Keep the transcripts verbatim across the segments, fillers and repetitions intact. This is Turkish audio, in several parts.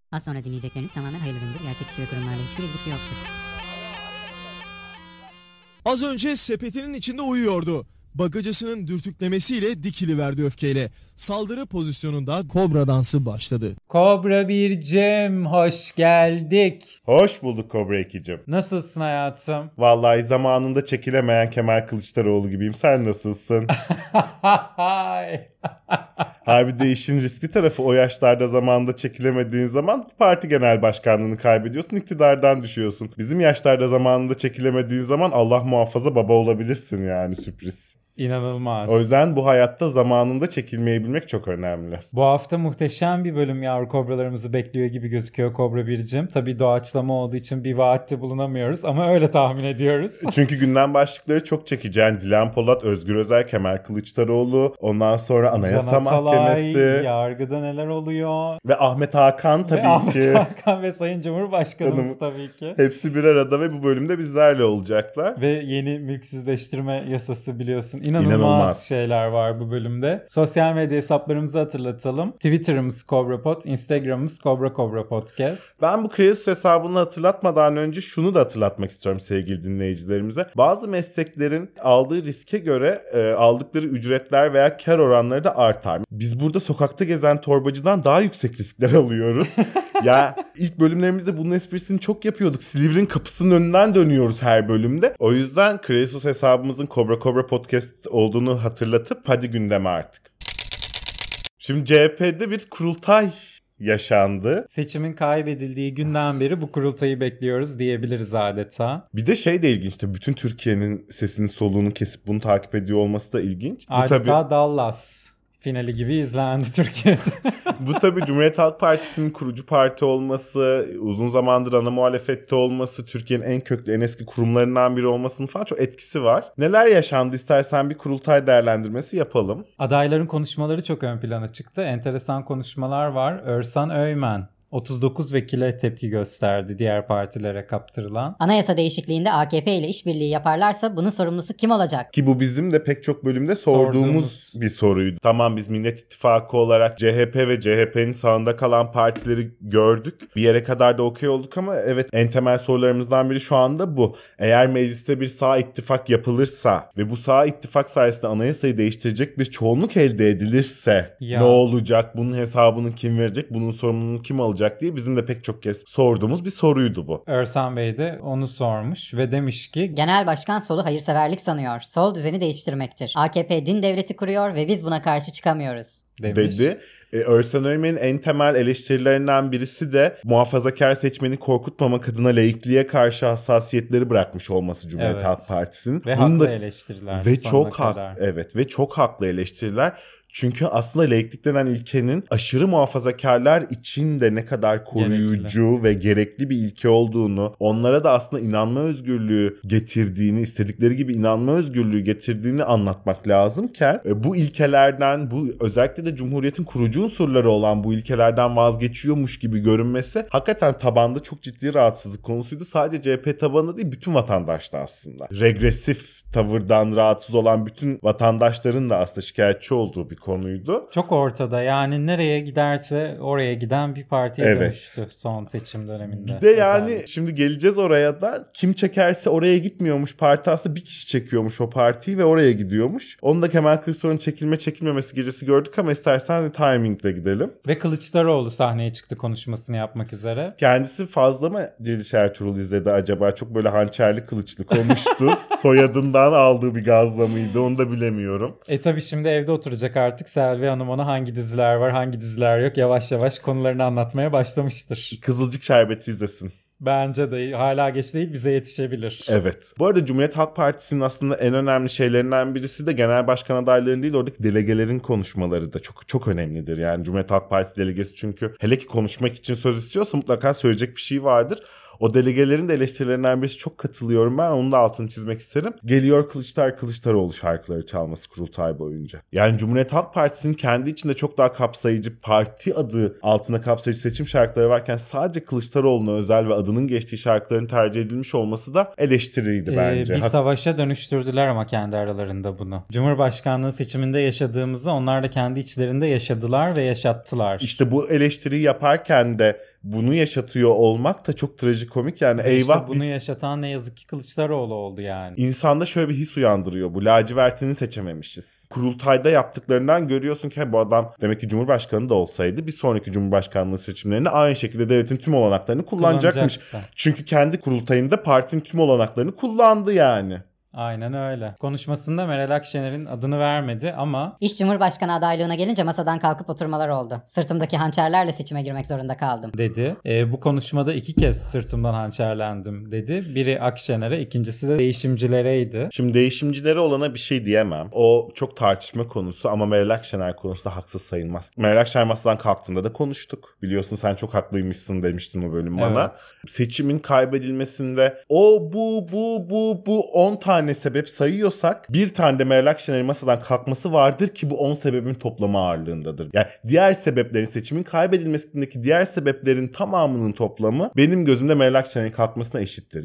Az sonra dinleyecekleriniz tamamen hayırlı gündür. Gerçek kişi ve kurumlarla hiçbir ilgisi yoktur. Az önce sepetinin içinde uyuyordu. Bagacısının dürtüklemesiyle dikiliverdi öfkeyle. Saldırı pozisyonunda kobra dansı başladı. Kobra bircim, hoş geldik. Hoş bulduk Kobra ikicim. Nasılsın hayatım? Vallahi zamanında çekilemeyen Kemal Kılıçdaroğlu gibiyim. Sen nasılsın? Harbi de işin riskli tarafı, o yaşlarda zamanında çekilemediğin zaman parti genel başkanlığını kaybediyorsun, iktidardan düşüyorsun. Bizim yaşlarda zamanında çekilemediğin zaman Allah muhafaza baba olabilirsin, yani sürpriz. İnanılmaz. O yüzden bu hayatta zamanında çekilmeyi bilmek çok önemli. Bu hafta muhteşem bir bölüm yavru kobralarımızı bekliyor gibi gözüküyor Kobra bircim. Tabii doğaçlama olduğu için bir vaatte bulunamıyoruz ama öyle tahmin ediyoruz. Çünkü gündem başlıkları çok çekici. Yani Dilan Polat, Özgür Özel, Kemal Kılıçdaroğlu, ondan sonra Anayasa Can Atalay, Mahkemesi. yargıda neler oluyor? Ve Ahmet Hakan tabii ve ki. Ahmet Hakan ve Sayın Cumhurbaşkanımız tabii ki. Hepsi bir arada ve bu bölümde bizlerle olacaklar. Ve yeni mülksüzleştirme yasası biliyorsun. İnanılmaz, İnanılmaz şeyler var bu bölümde. Sosyal medya hesaplarımızı hatırlatalım. Twitter'ımız KobraPod, Instagram'ımız Kobra Kobra Podcast. Ben bu Kreasus hesabını hatırlatmadan önce şunu da hatırlatmak istiyorum sevgili dinleyicilerimize. Bazı mesleklerin aldığı riske göre e, aldıkları ücretler veya kar oranları da artar. Biz burada sokakta gezen torbacıdan daha yüksek riskler alıyoruz. Ya ilk bölümlerimizde bunun esprisini çok yapıyorduk. Silivri'nin kapısının önünden dönüyoruz her bölümde. O yüzden Kreasus hesabımızın Kobra Kobra Podcast olduğunu hatırlatıp hadi gündeme artık. Şimdi C H P'de bir kurultay yaşandı. Seçimin kaybedildiği günden beri bu kurultayı bekliyoruz diyebiliriz adeta. Bir de şey de ilginç tabii, bütün Türkiye'nin sesini soluğunu kesip bunu takip ediyor olması da ilginç. Adeta bu tabii, Dallas finali gibi izlendi Türkiye'de. bu tabii Cumhuriyet Halk Partisi'nin kurucu parti olması, uzun zamandır ana muhalefette olması, Türkiye'nin en köklü, en eski kurumlarından biri olmasının falan çok etkisi var. Neler yaşandı, istersen bir kurultay değerlendirmesi yapalım. Adayların konuşmaları çok ön plana çıktı. Enteresan konuşmalar var. Örsan Öymen otuz dokuz vekile tepki gösterdi diğer partilere kaptırılan. Anayasa değişikliğinde A K P ile işbirliği yaparlarsa bunun sorumlusu kim olacak? Ki bu bizim de pek çok bölümde sorduğumuz, sorduğumuz bir soruydu. Tamam, biz Millet İttifakı olarak C H P ve C H P'nin sağında kalan partileri gördük. Bir yere kadar da okey olduk ama evet, en temel sorularımızdan biri şu anda bu. Eğer mecliste bir sağ ittifak yapılırsa ve bu sağ ittifak sayesinde anayasayı değiştirecek bir çoğunluk elde edilirse ya, ne olacak? Bunun hesabını kim verecek? Bunun sorumluluğunu kim alacak diye bizim de pek çok kez sorduğumuz bir soruydu bu. Örsan Bey de onu sormuş ve demiş ki Genel Başkan solu hayırseverlik sanıyor. Sol düzeni değiştirmektir. A K P din devleti kuruyor ve biz buna karşı çıkamıyoruz demiş. Dedi. Ee, Örsan Öymen'in en temel eleştirilerinden birisi de muhafazakar seçmeni korkutmamak adına laikliğe karşı hassasiyetleri bırakmış olması Cumhuriyet evet. Halk Partisi'nin. Ve Bunu haklı da, eleştiriler. Ve çok kadar. hak, evet ve çok haklı eleştiriler. Çünkü aslında laiklik denen ilkenin aşırı muhafazakarlar için de ne kadar koruyucu gerekli ve gerekli bir ilke olduğunu, onlara da aslında inanma özgürlüğü getirdiğini, istedikleri gibi inanma özgürlüğü getirdiğini anlatmak lazımken bu ilkelerden, bu özellikle de Cumhuriyet'in kurucu unsurları olan bu ilkelerden vazgeçiyormuş gibi görünmesi hakikaten tabanda çok ciddi rahatsızlık konusuydu. Sadece C H P tabanında değil, bütün vatandaşta aslında. Regresif tavırdan rahatsız olan bütün vatandaşların da aslında şikayetçi olduğu bir konuydu. Çok ortada, yani nereye giderse oraya giden bir partiye evet. dönüştü son seçim döneminde. Bir de yani özellikle. Şimdi geleceğiz oraya da, kim çekerse oraya gitmiyormuş parti, aslında bir kişi çekiyormuş o partiyi ve oraya gidiyormuş. Onu da Kemal Kılıçdaroğlu'nun çekilme çekilmemesi gecesi gördük ama istersen timingle gidelim. Ve Kılıçdaroğlu sahneye çıktı konuşmasını yapmak üzere. Kendisi fazla mı Deliş Ertuğrul izledi acaba? Çok böyle hançerli kılıçlı konuştu. Soyadından aldığı bir gazla mıydı, onu da bilemiyorum. E tabii şimdi evde oturacak artık. Selvi Hanım ona hangi diziler var, hangi diziler yok yavaş yavaş konularını anlatmaya başlamıştır. Kızılcık Şerbeti izlesin. Bence de hala geç değil, bize yetişebilir. Evet. Bu arada Cumhuriyet Halk Partisi'nin aslında en önemli şeylerinden birisi de genel başkan adaylarının değil, oradaki delegelerin konuşmaları da çok çok önemlidir. Yani Cumhuriyet Halk Partisi delegesi çünkü hele ki konuşmak için söz istiyorsa mutlaka söyleyecek bir şey vardır. O delegelerin de eleştirilerinden birisi, çok katılıyorum ben. Onun da altını çizmek isterim. Geliyor Kılıçlar Kılıçdaroğlu şarkıları çalması kurultay boyunca. Yani Cumhuriyet Halk Partisi'nin kendi içinde çok daha kapsayıcı, parti adı altında kapsayıcı seçim şarkıları varken sadece Kılıçdaroğlu'na özel ve adının geçtiği şarkıların tercih edilmiş olması da eleştiriydi bence. Ee, bir savaşa dönüştürdüler ama kendi aralarında bunu. Cumhurbaşkanlığı seçiminde yaşadığımızı onlar da kendi içlerinde yaşadılar ve yaşattılar. İşte bu eleştiriyi yaparken de bunu yaşatıyor olmak da çok trajikomik yani. Ve Eyvah işte bunu biz... yaşatan ne yazık ki Kılıçdaroğlu oldu yani. İnsanda şöyle bir his uyandırıyor. Bu lacivertini seçememişiz. Kurultayda yaptıklarından görüyorsun ki bu adam demek ki Cumhurbaşkanı da olsaydı bir sonraki Cumhurbaşkanlığı seçimlerinde aynı şekilde devletin tüm olanaklarını kullanacakmış. Kullanacaksa. Çünkü kendi kurultayında partinin tüm olanaklarını kullandı yani. Aynen öyle. Konuşmasında Meral Akşener'in adını vermedi ama İş Cumhurbaşkanı adaylığına gelince masadan kalkıp oturmalar oldu. Sırtımdaki hançerlerle seçime girmek zorunda kaldım. dedi. E, bu konuşmada iki kez sırtımdan hançerlendim dedi. Biri Akşener'e, ikincisi de değişimcilereydi. Şimdi değişimcilere olana bir şey diyemem. O çok tartışma konusu ama Meral Akşener konusunda haksız sayılmaz. Meral Akşener masadan kalktığında da konuştuk. Biliyorsun sen çok haklıymışsın demiştin o bölüm bana. Evet. Seçimin kaybedilmesinde o bu bu bu bu on tane sebep sayıyorsak bir tane de Meral Akşener'in masadan kalkması vardır ki bu on sebebin toplamı ağırlığındadır. Yani diğer sebeplerin, seçimin kaybedilmesindeki diğer sebeplerin tamamının toplamı benim gözümde Meral Akşener'in kalkmasına eşittir.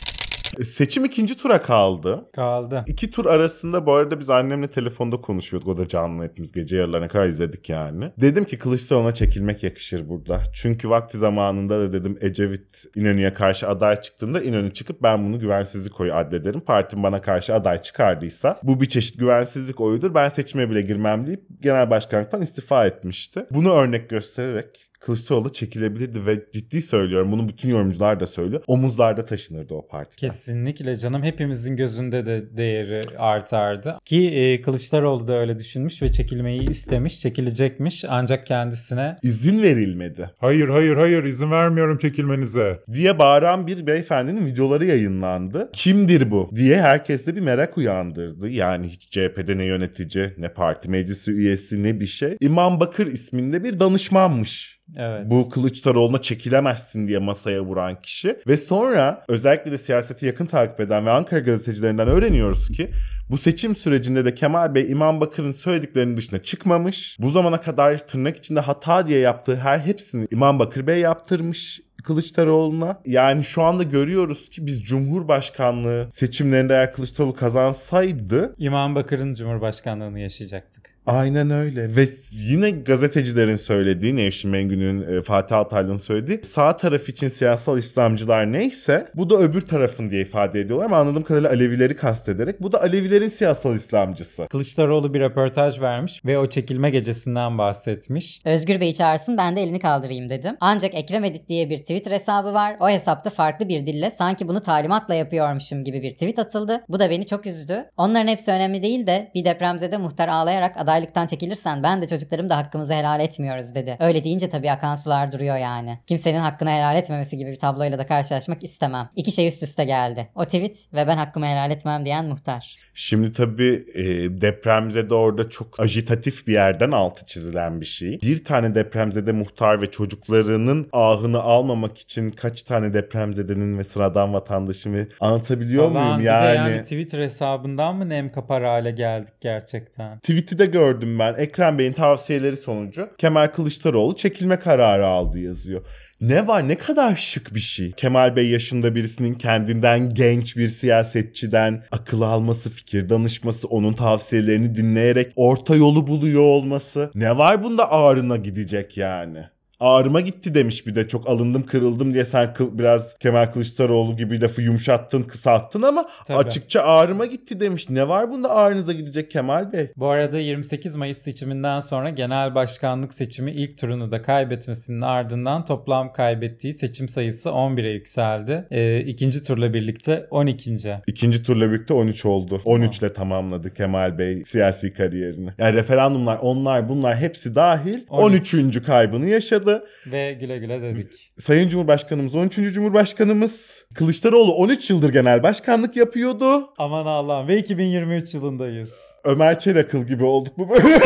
Seçim ikinci tura kaldı. Kaldı. İki tur arasında bu arada biz annemle telefonda konuşuyorduk. O da canlı, hepimiz gece yarılarına kadar izledik yani. Dedim ki Kılıçdaroğlu'na çekilmek yakışır burada. Çünkü vakti zamanında da dedim Ecevit İnönü'ye karşı aday çıktığında İnönü çıkıp ben bunu güvensizlik oyu addederim. Partim bana karşı aday çıkardıysa bu bir çeşit güvensizlik oyudur. Ben seçime bile girmem deyip genel başkanlıktan istifa etmişti. Bunu örnek göstererek Kılıçdaroğlu çekilebilirdi ve ciddi söylüyorum, bunu bütün yorumcular da söylüyor. Omuzlarda taşınırdı o partiden. Kesinlikle canım, hepimizin gözünde de değeri artardı. Ki e, Kılıçdaroğlu da öyle düşünmüş ve çekilmeyi istemiş, çekilecekmiş ancak kendisine İzin verilmedi Hayır hayır hayır izin vermiyorum çekilmenize. diye bağıran bir beyefendinin videoları yayınlandı. Kimdir bu diye herkeste bir merak uyandırdı. Yani hiç C H P'de ne yönetici, ne parti meclisi üyesi, ne bir şey. İmam Bakır isminde bir danışmanmış. evet. Bu Kılıçdaroğlu'na çekilemezsin diye masaya vuran kişi. Ve sonra özellikle de siyaseti yakın takip eden ve Ankara gazetecilerinden öğreniyoruz ki bu seçim sürecinde de Kemal Bey İmam Bakır'ın söylediklerinin dışına çıkmamış. Bu zamana kadar tırnak içinde hata diye yaptığı her hepsini İmam Bakır Bey yaptırmış Kılıçdaroğlu'na. Yani şu anda görüyoruz ki biz Cumhurbaşkanlığı seçimlerinde eğer Kılıçdaroğlu kazansaydı İmam Bakır'ın Cumhurbaşkanlığını yaşayacaktık. aynen öyle. Ve yine gazetecilerin söylediği, Nevşin Mengü'nün, Fatih Altaylı'nın söylediği, sağ taraf için siyasal İslamcılar neyse bu da öbür tarafın diye ifade ediyorlar ama anladığım kadarıyla Alevileri kastederek bu da Alevilerin siyasal İslamcısı. Kılıçdaroğlu bir röportaj vermiş ve o çekilme gecesinden bahsetmiş. Özgür Bey'i çağırsın, ben de elini kaldırayım dedim. Ancak Ekrem Edit diye bir Twitter hesabı var. O hesapta farklı bir dille sanki bunu talimatla yapıyormuşum gibi bir tweet atıldı. Bu da beni çok üzdü. Onların hepsi önemli değil de bir depremzede muhtar ağlayarak adaylıktan çekilirsen ben de çocuklarım da hakkımızı helal etmiyoruz dedi. Öyle deyince tabii akan sular duruyor yani. Kimsenin hakkını helal etmemesi gibi bir tabloyla da karşılaşmak istemem. İki şey üst üste geldi. O tweet ve ben hakkımı helal etmem diyen muhtar. Şimdi tabii e, depremzede orada çok ajitatif bir yerden altı çizilen bir şey. Bir tane depremzede muhtar ve çocuklarının ahını almamak için kaç tane depremzedenin ve sıradan vatandaşımı anlatabiliyor Falan. muyum Bir yani? de yani Twitter hesabından mı nem kapar hale geldik gerçekten? Tweet'i de gördüm ben. Ekrem Bey'in tavsiyeleri sonucu Kemal Kılıçdaroğlu çekilme kararı aldı yazıyor. Ne var? Ne kadar şık bir şey. Kemal Bey yaşında birisinin kendinden genç bir siyasetçiden akıl alması, fikir danışması, onun tavsiyelerini dinleyerek orta yolu buluyor olması. Ne var bunda ağrına gidecek yani? Ağrıma gitti demiş bir de, çok alındım kırıldım diye sen kı- biraz Kemal Kılıçdaroğlu gibi lafı yumuşattın, kısalttın ama Tabii. açıkça ağrıma gitti demiş. Ne var bunda ağrınıza gidecek Kemal Bey? Bu arada yirmi sekiz Mayıs seçiminden sonra genel başkanlık seçimi ilk turunu da kaybetmesinin ardından toplam kaybettiği seçim sayısı on bire yükseldi. Ee, ikinci turla birlikte on ikinci İkinci turla birlikte on üç oldu. on üç ile tamamladı Kemal Bey siyasi kariyerini. Yani referandumlar, onlar bunlar hepsi dahil on üçüncü kaybını yaşadı. Ve güle güle dedik. Sayın Cumhurbaşkanımız on üçüncü Cumhurbaşkanımız. Kılıçdaroğlu on üç yıldır genel başkanlık yapıyordu. Aman Allah'ım, ve iki bin yirmi üç yılındayız. Ömer Çelakıl gibi olduk bu böyle.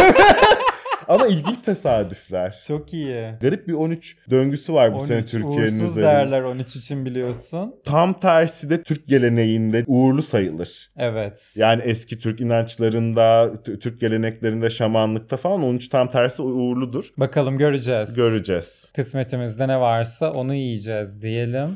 Ama ilginç tesadüfler. Çok iyi. Garip bir on üç döngüsü var bu on sene üç Türkiye'nin uğursuz üzerinde. derler on üç için, biliyorsun. Tam tersi de Türk geleneğinde uğurlu sayılır. Evet. Yani eski Türk inançlarında, t- Türk geleneklerinde, şamanlıkta falan on üç tam tersi uğurludur. Bakalım, göreceğiz. Göreceğiz. Kısmetimizde ne varsa onu yiyeceğiz diyelim.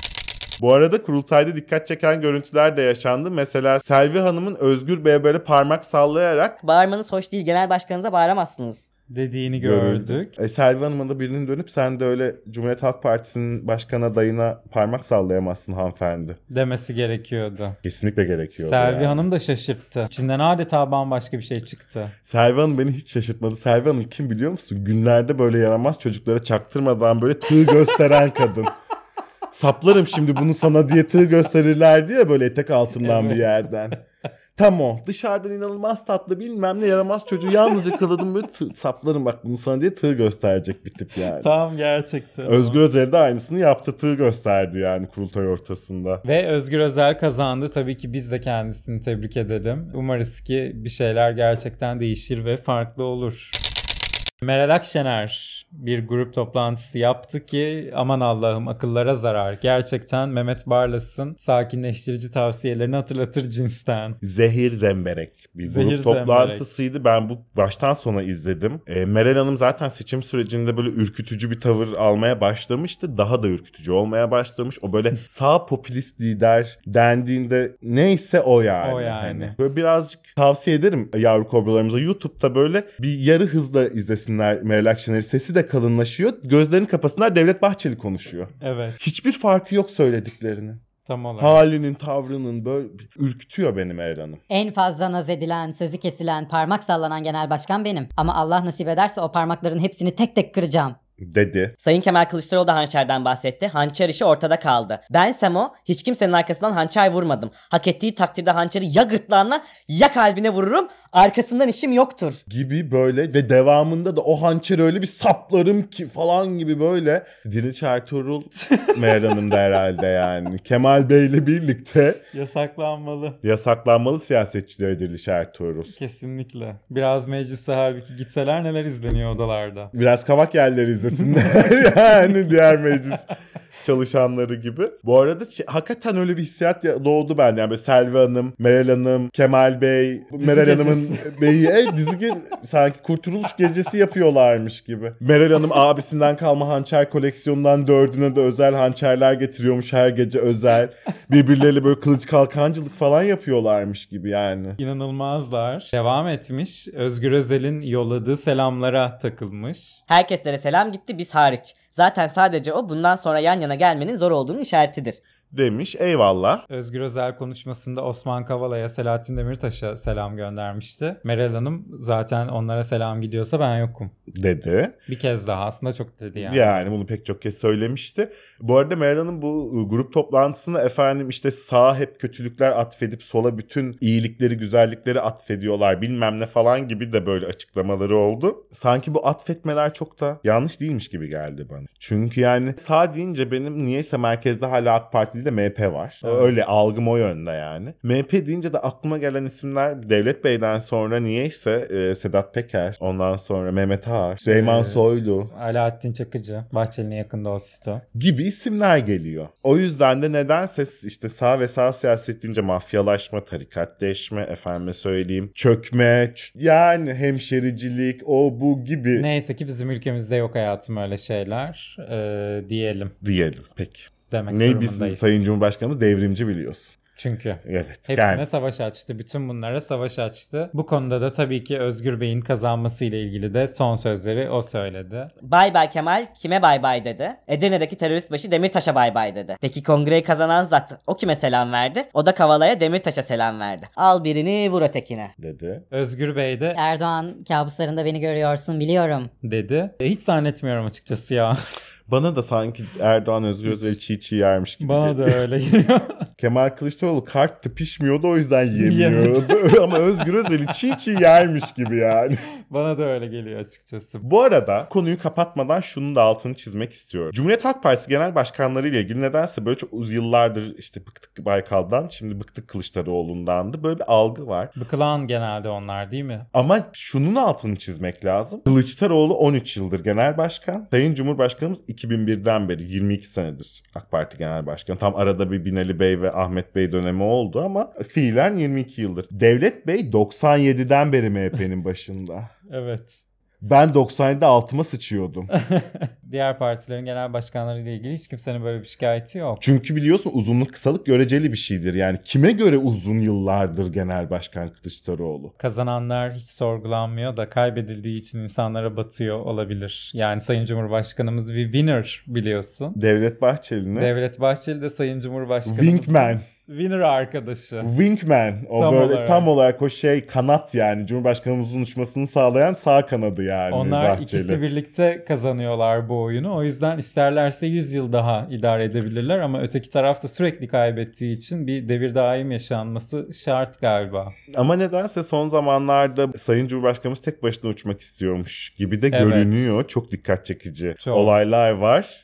Bu arada kurultayda dikkat çeken görüntüler de yaşandı. Mesela Selvi Hanım'ın Özgür Bey'e böyle parmak sallayarak Bağırmanız hoş değil. Genel başkanınıza bağıramazsınız. dediğini görüldü. gördük. E, Selvi Hanım'a da birinin dönüp sen de öyle Cumhuriyet Halk Partisi'nin başkan adayına parmak sallayamazsın hanımefendi Demesi gerekiyordu. Kesinlikle gerekiyor. Selvi yani. Hanım da şaşırttı. İçinden adeta bambaşka bir şey çıktı. Selvi Hanım beni hiç şaşırtmadı. Selvi Hanım kim biliyor musun? Günlerde böyle yaramaz çocuklara çaktırmadan böyle tığ gösteren kadın. Saplarım şimdi bunu sana diye tığ gösterirler diye böyle etek altından Evet. bir yerden. Tam o. Dışarıdan inanılmaz tatlı bilmem ne yaramaz çocuğu yalnız yakaladım böyle tığ, saplarım bak bunu sana diye tığ gösterecek bir tip yani. Tam gerçekten. Özgür Özel de aynısını yaptı, tığ gösterdi yani kurultay ortasında. Ve Özgür Özel kazandı. Tabii ki biz de kendisini tebrik edelim. Umarız ki bir şeyler gerçekten değişir ve farklı olur. Meral Akşener bir grup toplantısı yaptı ki aman Allah'ım akıllara zarar. Gerçekten Mehmet Barlas'ın sakinleştirici tavsiyelerini hatırlatır cinsten. Zehir zemberek bir Zehir grup toplantısıydı. Ben bu baştan sona izledim. E, Meral Hanım zaten seçim sürecinde böyle ürkütücü bir tavır almaya başlamıştı. Daha da ürkütücü olmaya başlamış. O böyle sağ popülist lider dendiğinde neyse o yani. O yani. Hani böyle birazcık tavsiye ederim yavru kobralarımıza. YouTube'da böyle bir yarı hızla izlesinler Meral Akşener'i. Sesi de kalınlaşıyor. Gözlerini kapasınlar, Devlet Bahçeli konuşuyor. Evet, Hiçbir farkı yok söylediklerinin. tam olarak. Halinin, tavrının böyle ürkütüyor beni Meral Hanım. En fazla naz edilen, sözü kesilen, parmak sallanan genel başkan benim. Ama Allah nasip ederse o parmakların hepsini tek tek kıracağım. Dedi. Sayın Kemal Kılıçdaroğlu da hançerden bahsetti. Hançer işi ortada kaldı. Bensem o, hiç kimsenin arkasından hançer vurmadım. Hak ettiği takdirde hançeri ya gırtlağına ya kalbine vururum. Arkasından işim yoktur. Gibi böyle ve devamında da o hançeri öyle bir saplarım ki falan gibi böyle. Diriliş Ertuğrul Meral Hanım da herhalde yani. Kemal Bey'le birlikte Yasaklanmalı. yasaklanmalı siyasetçilere Diriliş Ertuğrul. Kesinlikle. Biraz meclise halbuki gitseler neler izleniyor odalarda. Biraz kavak yerleri izlesinler yani diğer meclis çalışanları gibi. Bu arada ç- hakikaten öyle bir hissiyat ya- doğdu bende. Yani böyle Selvi Hanım, Meral Hanım, Kemal Bey, Meral gecesi. Hanım'ın beyi e, dizi ge- sanki kurtuluş gecesi yapıyorlarmış gibi. Meral Hanım abisinden kalma hançer koleksiyonundan dördüne de özel hançerler getiriyormuş her gece özel. Birbirleriyle böyle kılıç kalkancılık falan yapıyorlarmış gibi yani. İnanılmazlar. Devam etmiş. Özgür Özel'in yolladığı selamlara takılmış. Herkeslere selam gitti, biz hariç. Zaten sadece o bundan sonra yan yana gelmenin zor olduğunun işaretidir. Demiş eyvallah. Özgür Özel konuşmasında Osman Kavala'ya, Selahattin Demirtaş'a selam göndermişti. Meral Hanım zaten onlara selam gidiyorsa ben yokum. Dedi. Bir kez daha aslında çok dedi yani. Yani bunu pek çok kez söylemişti. Bu arada Meral Hanım bu grup toplantısında efendim işte sağa hep kötülükler atfedip sola bütün iyilikleri, güzellikleri atfediyorlar bilmem ne falan gibi de böyle açıklamaları oldu. Sanki bu atfetmeler çok da yanlış değilmiş gibi geldi bana. Çünkü yani sağ deyince benim niyeyse merkezde hala AK Parti değil de M H P var. Evet. Öyle algım o yönde yani. M H P deyince de aklıma gelen isimler Devlet Bey'den sonra niyeyse e, Sedat Peker, ondan sonra Mehmet Ağar, Süleyman Ee, Soylu, Alaaddin Çakıcı, Bahçeli'nin yakın dostu. gibi isimler geliyor. O yüzden de nedense işte sağ ve sağ siyaset deyince mafyalaşma, tarikatleşme, efendime söyleyeyim, çökme, ç- yani hemşericilik, o bu gibi Neyse ki bizim ülkemizde yok hayatım öyle şeyler ee, diyelim. diyelim. Peki. Demek Ne biz durumundayız. Sayın Cumhurbaşkanımız devrimci biliyorsun. Çünkü. Evet. Hepsine Yani savaş açtı. Bütün bunlara savaş açtı. Bu konuda da tabii ki Özgür Bey'in kazanması ile ilgili de son sözleri o söyledi. Bay bay Kemal kime bay bay dedi. Edirne'deki terörist başı Demirtaş'a bay bay dedi. Peki kongreyi kazanan zat o kime selam verdi? O da Kavala'ya Demirtaş'a selam verdi. Al birini vur ötekine. dedi. Özgür Bey de Erdoğan kabuslarında beni görüyorsun biliyorum. dedi. E, hiç zannetmiyorum açıkçası ya. Bana da sanki Erdoğan Özgür Özel'i çiğ çiğ yermiş gibi. Bana da geliyor. öyle geliyor. Kemal Kılıçdaroğlu karttı pişmiyordu o yüzden yemiyordu. Ama Özgür Özel'i çiğ çiğ yermiş gibi yani. Bana da öyle geliyor açıkçası. Bu arada konuyu kapatmadan şunun da altını çizmek istiyorum. Cumhuriyet Halk Partisi genel başkanları ile ilgili nedense böyle çok uz yıllardır işte bıktık Baykal'dan, şimdi bıktık Kılıçdaroğlu'ndandı. Böyle bir algı var. Bıkılan genelde onlar değil mi? Ama şunun altını çizmek lazım. Kılıçdaroğlu on üç yıldır genel başkan. Sayın Cumhurbaşkanımız iki bin birden beri yirmi iki senedir AK Parti genel başkanı. Tam arada bir Binali Bey ve Ahmet Bey dönemi oldu ama fiilen yirmi iki yıldır. Devlet Bey doksan yediden beri M H P'nin başında. Evet. Ben doksan yedide altıma sıçıyordum. Diğer partilerin genel başkanları ile ilgili hiç kimsenin böyle bir şikayeti yok. Çünkü biliyorsun uzunluk kısalık göreceli bir şeydir. Yani kime göre uzun yıllardır genel başkan Kılıçdaroğlu? Kazananlar hiç sorgulanmıyor da kaybedildiği için insanlara batıyor olabilir. Yani Sayın Cumhurbaşkanımız bir winner biliyorsun. Devlet Bahçeli'ne. Devlet Bahçeli de Sayın Cumhurbaşkanımız. Wingman. Winner arkadaşı. Wingman. O Tam böyle olarak. tam olarak o şey kanat yani. Cumhurbaşkanımızın uçmasını sağlayan sağ kanadı yani. Onlar Bahçeli. ikisi birlikte kazanıyorlar bu oyunu. O yüzden isterlerse yüz yıl daha idare edebilirler ama öteki tarafta sürekli kaybettiği için bir devir daim yaşanması şart galiba. Ama nedense son zamanlarda Sayın Cumhurbaşkanımız tek başına uçmak istiyormuş gibi de Evet. görünüyor. Çok dikkat çekici Çok. olaylar var.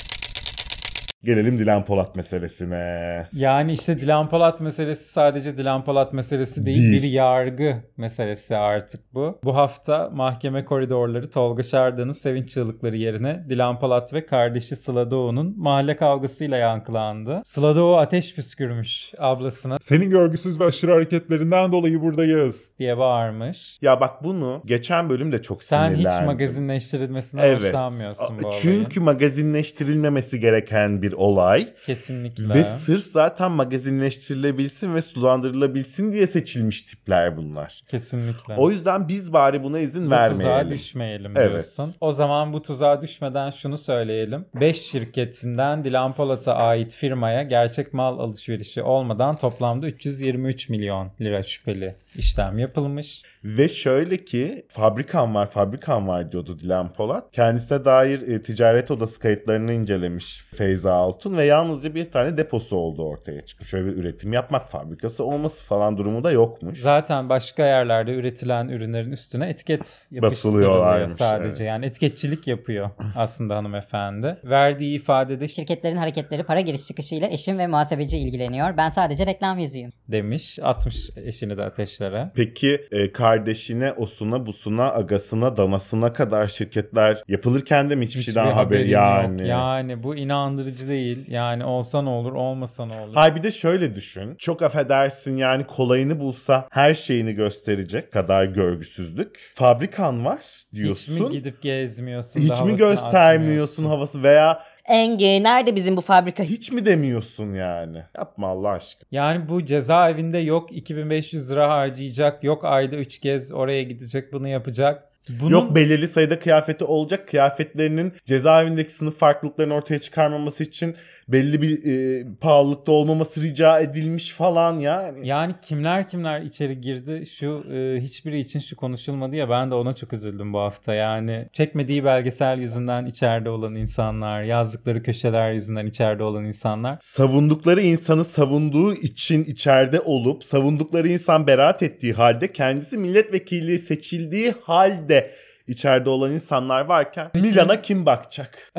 Gelelim Dilan Polat meselesine. Yani işte Dilan Polat meselesi sadece Dilan Polat meselesi değil, Değil. bir yargı meselesi artık bu. Bu hafta mahkeme koridorları Tolga Şardan'ın sevinç çığlıkları yerine Dilan Polat ve kardeşi Sıla Doğu'nun mahalle kavgasıyla yankılandı. Sıla Doğu ateş püskürmüş ablasına Senin görgüsüz ve aşırı hareketlerinden dolayı buradayız. diye bağırmış. Ya bak bunu geçen bölümde çok Sen sinirlendim. hiç magazinleştirilmesinden Evet. hoşlanmıyorsun bu olayın. Çünkü magazinleştirilmemesi gereken bir olay. Kesinlikle. Ve sırf zaten magazinleştirilebilsin ve sulandırılabilsin diye seçilmiş tipler bunlar. Kesinlikle. O yüzden biz bari buna izin Bu vermeyelim. tuzağa düşmeyelim Evet. diyorsun. O zaman bu tuzağa düşmeden şunu söyleyelim. beş şirketinden Dilan Polat'a ait firmaya gerçek mal alışverişi olmadan toplamda üç yüz yirmi üç milyon lira şüpheli işlem yapılmış. Ve şöyle ki fabrikam var fabrikam var diyordu Dilan Polat. Kendisine dair e, ticaret odası kayıtlarını incelemiş Feyza Altun ve yalnızca bir tane deposu olduğu ortaya çıkmış. Şöyle bir üretim yapmak fabrikası olması falan durumu da yokmuş. Zaten başka yerlerde üretilen ürünlerin üstüne etiket yapıştırılıyor Basılıyorlarmış, sadece. evet. Yani etiketçilik yapıyor aslında hanımefendi. Verdiği ifadede Şirketlerin hareketleri para giriş çıkışı ile eşim ve muhasebeci ilgileniyor. Ben sadece reklam yüzüyüm. demiş, atmış eşini de ateşlere. Peki e, kardeşine, osuna, busuna, agasına, danasına kadar şirketler yapılırken de mi hiçbir şeyden haberi haberin yani? yok. Yani bu inandırıcı değil. Yani olsa ne olur, olmasa ne olur. Hayır bir de şöyle düşün. Çok affedersin yani kolayını bulsa her şeyini gösterecek kadar görgüsüzlük. Fabrikan var diyorsun. Hiç mi gidip gezmiyorsun? Hiç da mi havasını göstermiyorsun atmıyorsun? havası veya Enge nerede bizim bu fabrika? hiç mi demiyorsun yani? Yapma Allah aşkına. Yani bu cezaevinde yok iki bin beş yüz lira harcayacak, yok ayda üç kez oraya gidecek, bunu yapacak. Bunun... Yok belirli sayıda kıyafeti olacak. Kıyafetlerinin cezaevindeki sınıf farklılıklarını ortaya çıkarmaması için belli bir e, pahalılıkta olmaması rica edilmiş falan yani. Yani kimler kimler içeri girdi şu e, hiçbiri için şu konuşulmadı ya, ben de ona çok üzüldüm bu hafta. Yani çekmediği belgesel yüzünden içeride olan insanlar, yazdıkları köşeler yüzünden içeride olan insanlar. Savundukları insanı savunduğu için içeride olup savundukları insan beraat ettiği halde kendisi milletvekilliği seçildiği halde içeride olan insanlar varken Milan'a kim bakacak?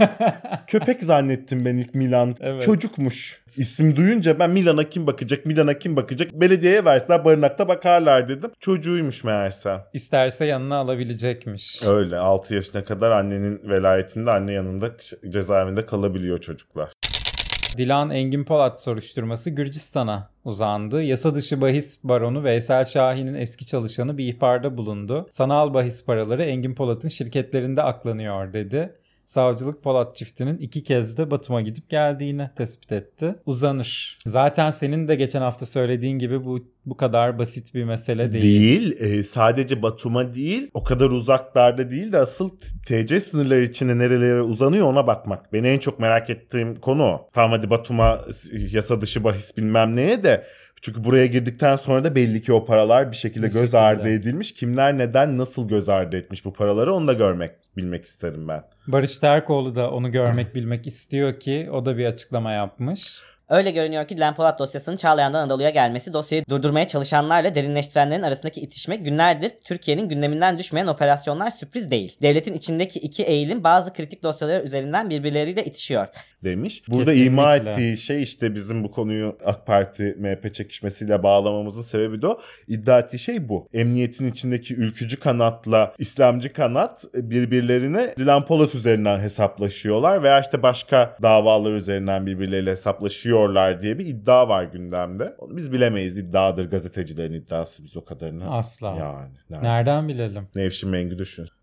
Köpek zannettim ben ilk Milan. Evet. Çocukmuş. İsim duyunca ben Milan'a kim bakacak? Milan'a kim bakacak? Belediyeye verseler barınakta bakarlar dedim. Çocuğuymuş meğerse. İsterse yanına alabilecekmiş. Öyle altı yaşına kadar annenin velayetinde anne yanında cezaevinde kalabiliyor çocuklar. Dilan Engin Polat soruşturması Gürcistan'a uzandı. Yasa dışı bahis baronu Veysel Şahin'in eski çalışanı bir ihbarda bulundu. Sanal bahis paraları Engin Polat'ın şirketlerinde aklanıyor dedi. Savcılık Polat çiftinin iki kez de Batum'a gidip geldiğini tespit etti. Uzanır. Zaten senin de geçen hafta söylediğin gibi bu bu kadar basit bir mesele değil. Değil. E, sadece Batum'a değil, o kadar uzaklarda değil de asıl T C sınırları içinde nerelere uzanıyor ona bakmak. Beni en çok merak ettiğim konu o. Tamam hadi Batum'a yasa dışı bahis bilmem neye de. Çünkü buraya girdikten sonra da belli ki o paralar bir şekilde Bir göz şekilde. ardı edilmiş. Kimler neden nasıl göz ardı etmiş bu paraları onu da görmek, bilmek isterim ben. Barış Terkoğlu da onu görmek bilmek istiyor ki o da bir açıklama yapmış. Öyle görünüyor ki Dilan Polat dosyasının Çağlayan'dan Anadolu'ya gelmesi, dosyayı durdurmaya çalışanlarla derinleştirenlerin arasındaki itişme günlerdir Türkiye'nin gündeminden düşmeyen operasyonlar sürpriz değil. Devletin içindeki iki eğilim bazı kritik dosyalar üzerinden birbirleriyle itişiyor. Demiş. Burada Kesinlikle. ima ettiği şey işte bizim bu konuyu AK Parti M H P çekişmesiyle bağlamamızın sebebi de o. İddia ettiği şey bu. Emniyetin içindeki ülkücü kanatla İslamcı kanat birbirlerine Dilan Polat üzerinden hesaplaşıyorlar veya işte başka davalar üzerinden birbirleriyle hesaplaşıyorlar diye bir iddia var gündemde. Onu biz bilemeyiz. İddiadır gazetecilerin iddiası, biz o kadarını. Asla. Yani. Nerede? Nereden bilelim? Nevşin Mengü düşün.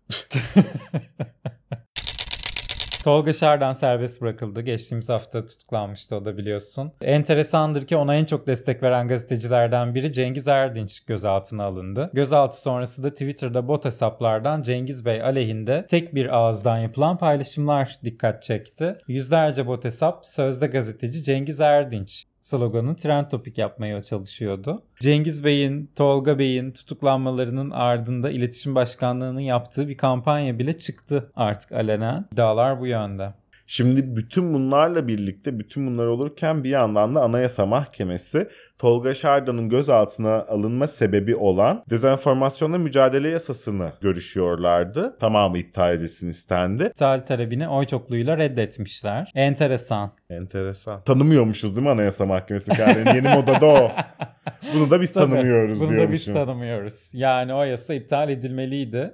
Tolga Şardan serbest bırakıldı. Geçtiğimiz hafta tutuklanmıştı, o da biliyorsun. Enteresandır ki ona en çok destek veren gazetecilerden biri Cengiz Erdinç gözaltına alındı. Gözaltı sonrası da Twitter'da bot hesaplardan Cengiz Bey aleyhinde tek bir ağızdan yapılan paylaşımlar dikkat çekti. Yüzlerce bot hesap sözde gazeteci Cengiz Erdinç sloganı trend topik yapmaya çalışıyordu. Cengiz Bey'in, Tolga Bey'in tutuklanmalarının ardında İletişim Başkanlığı'nın yaptığı bir kampanya bile çıktı artık alenen. İddialar bu yönde. Şimdi bütün bunlarla birlikte, bütün bunlar olurken bir yandan da Anayasa Mahkemesi Tolga Şardan'ın gözaltına alınma sebebi olan dezenformasyonla mücadele yasasını görüşüyorlardı. Tamamı iptal edilsin istendi. İptal talebini oy çokluğuyla reddetmişler. Enteresan. Enteresan. Tanımıyormuşuz değil mi Anayasa Mahkemesi kararını? Yeni modada o. Bunu da biz Tabii, tanımıyoruz bunu diyormuşum. da biz tanımıyoruz. Yani o yasa iptal edilmeliydi.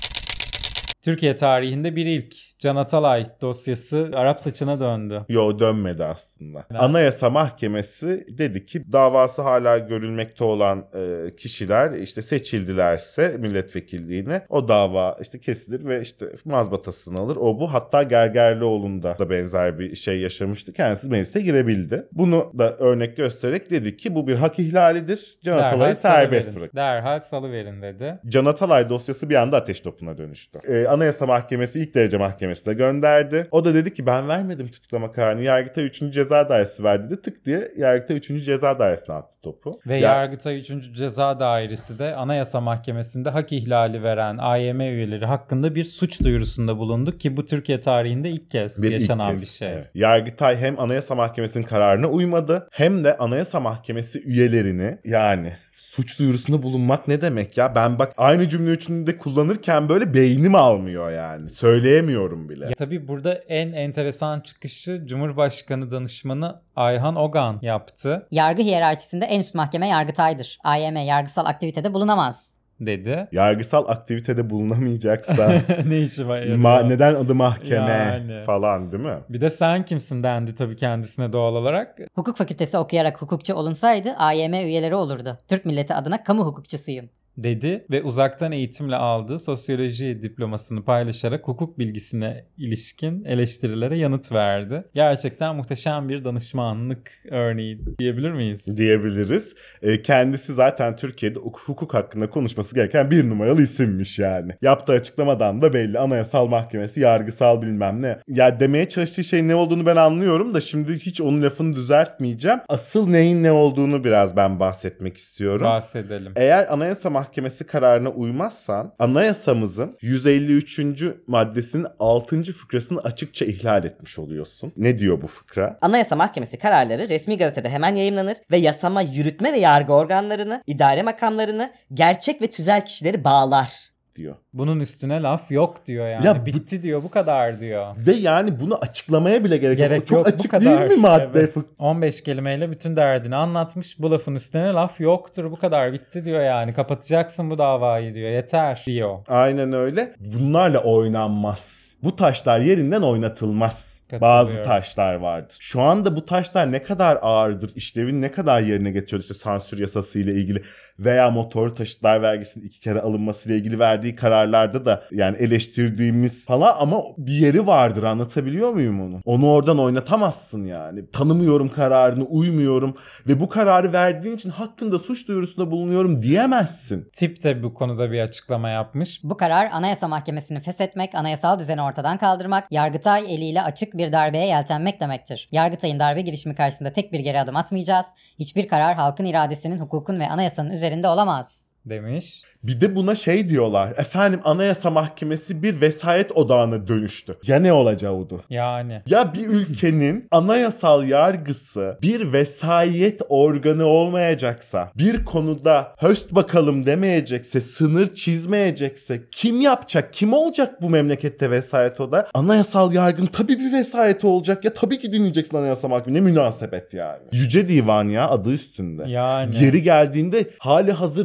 Türkiye tarihinde bir ilk. Can Atalay dosyası Arap saçına döndü. Yo, dönmedi aslında. Ne? Anayasa Mahkemesi dedi ki davası hala görülmekte olan e, kişiler işte seçildilerse milletvekilliğine o dava işte kesilir ve işte mazbatasını alır. O bu, hatta Gergerlioğlu'nda da benzer bir şey yaşamıştı. Kendisi meclise girebildi. Bunu da örnek göstererek dedi ki bu bir hak ihlalidir. Can Atalay'ı serbest bırakın. Derhal salıverin dedi. Can Atalay dosyası bir anda ateş topuna dönüştü. E, Anayasa Mahkemesi ilk derece mahkemesi de gönderdi. O da dedi ki ben vermedim tutuklama kararını. Yargıtay üçüncü Ceza Dairesi verdi dedi. Tık diye Yargıtay üçüncü Ceza Dairesi'ne attı topu. Ve ya- Yargıtay üçüncü Ceza Dairesi de Anayasa Mahkemesi'nde hak ihlali veren A Y M üyeleri hakkında bir suç duyurusunda bulundu ki bu Türkiye tarihinde ilk kez Bir yaşanan ilk kez, bir şey. evet. Yargıtay hem Anayasa Mahkemesi'nin kararına uymadı hem de Anayasa Mahkemesi üyelerini, yani suç duyurusunda bulunmak ne demek ya? Ben bak aynı cümle üçünde kullanırken böyle beynim almıyor yani. Söyleyemiyorum bile. Ya, tabii burada en enteresan çıkışı Cumhurbaşkanı danışmanı Ayhan Ogan yaptı Yargı hiyerarşisinde en üst mahkeme Yargıtay'dır. A Y M yargısal aktivitede bulunamaz. dedi. Yargısal aktivitede bulunamayacaksa Ne işi var? ma- neden adı mahkeme Yani. falan değil mi? Bir de sen kimsin dendi tabii kendisine doğal olarak. Hukuk fakültesi okuyarak hukukçu olunsaydı A Y M üyeleri olurdu. Türk milleti adına kamu hukukçusuyum Dedi ve uzaktan eğitimle aldığı sosyoloji diplomasını paylaşarak hukuk bilgisine ilişkin eleştirilere yanıt verdi. Gerçekten muhteşem bir danışmanlık örneği diyebilir miyiz? Diyebiliriz. E, kendisi zaten Türkiye'de hukuk hakkında konuşması gereken bir numaralı isimmiş yani. Yaptığı açıklamadan da belli. Anayasal Mahkemesi, yargısal bilmem ne. Ya demeye çalıştığı şey ne olduğunu ben anlıyorum da şimdi hiç onun lafını düzeltmeyeceğim. Asıl neyin ne olduğunu biraz ben bahsetmek istiyorum. Bahsedelim. Eğer Anayasa Mahkemesi kararına uymazsan anayasamızın yüz elli üçüncü maddesinin altıncı fıkrasını açıkça ihlal etmiş oluyorsun. Ne diyor bu fıkra? Anayasa Mahkemesi kararları resmi gazetede hemen yayımlanır ve yasama, yürütme ve yargı organlarını, idare makamlarını, gerçek ve tüzel kişileri bağlar diyor. Bunun üstüne laf yok diyor yani. Ya bu- Bitti diyor, bu kadar diyor. Ve yani bunu açıklamaya bile gerek, Gerek yok. O çok yok, bu açık kadar. değil mi madde? Evet. Fık- on beş kelimeyle bütün derdini anlatmış. Bu lafın üstüne laf yoktur, bu kadar, bitti diyor yani. Kapatacaksın bu davayı diyor. Yeter diyor. Aynen öyle. Bunlarla oynanmaz. Bu taşlar yerinden oynatılmaz. Katılıyorum. Bazı taşlar vardır. Şu anda bu taşlar ne kadar ağırdır, işlevini ne kadar yerine getiriyor, işte sansür yasası ile ilgili veya motorlu taşıtlar vergisinin iki kere alınması ile ilgili verdiği kararlarda da yani eleştirdiğimiz falan, ama bir yeri vardır, anlatabiliyor muyum onu? Onu oradan oynatamazsın yani. Tanımıyorum kararını, uymuyorum ve bu kararı verdiğin için hakkında suç duyurusunda bulunuyorum diyemezsin. Tip de bu konuda bir açıklama yapmış. Bu karar Anayasa Mahkemesi'ni feshetmek, anayasal düzeni ortadan kaldırmak, Yargıtay eliyle açık bir darbeye yeltenmek demektir. Yargıtay'ın darbe girişimi karşısında tek bir geri adım atmayacağız. Hiçbir karar halkın iradesinin, hukukun ve anayasanın üzerinde olamaz Demiş. Bir de buna şey diyorlar. Efendim Anayasa Mahkemesi bir vesayet odağına dönüştü. Ya ne olacaktı? Yani. Ya bir ülkenin anayasal yargısı bir vesayet organı olmayacaksa, bir konuda höst bakalım demeyecekse, sınır çizmeyecekse kim yapacak? Kim olacak bu memlekette vesayet odağı? Anayasal yargının tabii bir vesayeti olacak. Ya tabii ki dinleyeceksin Anayasa Mahkemesi. Ne münasebet yani. Yüce Divan ya, adı üstünde. Yani. Geri geldiğinde hali hazırda görevdeki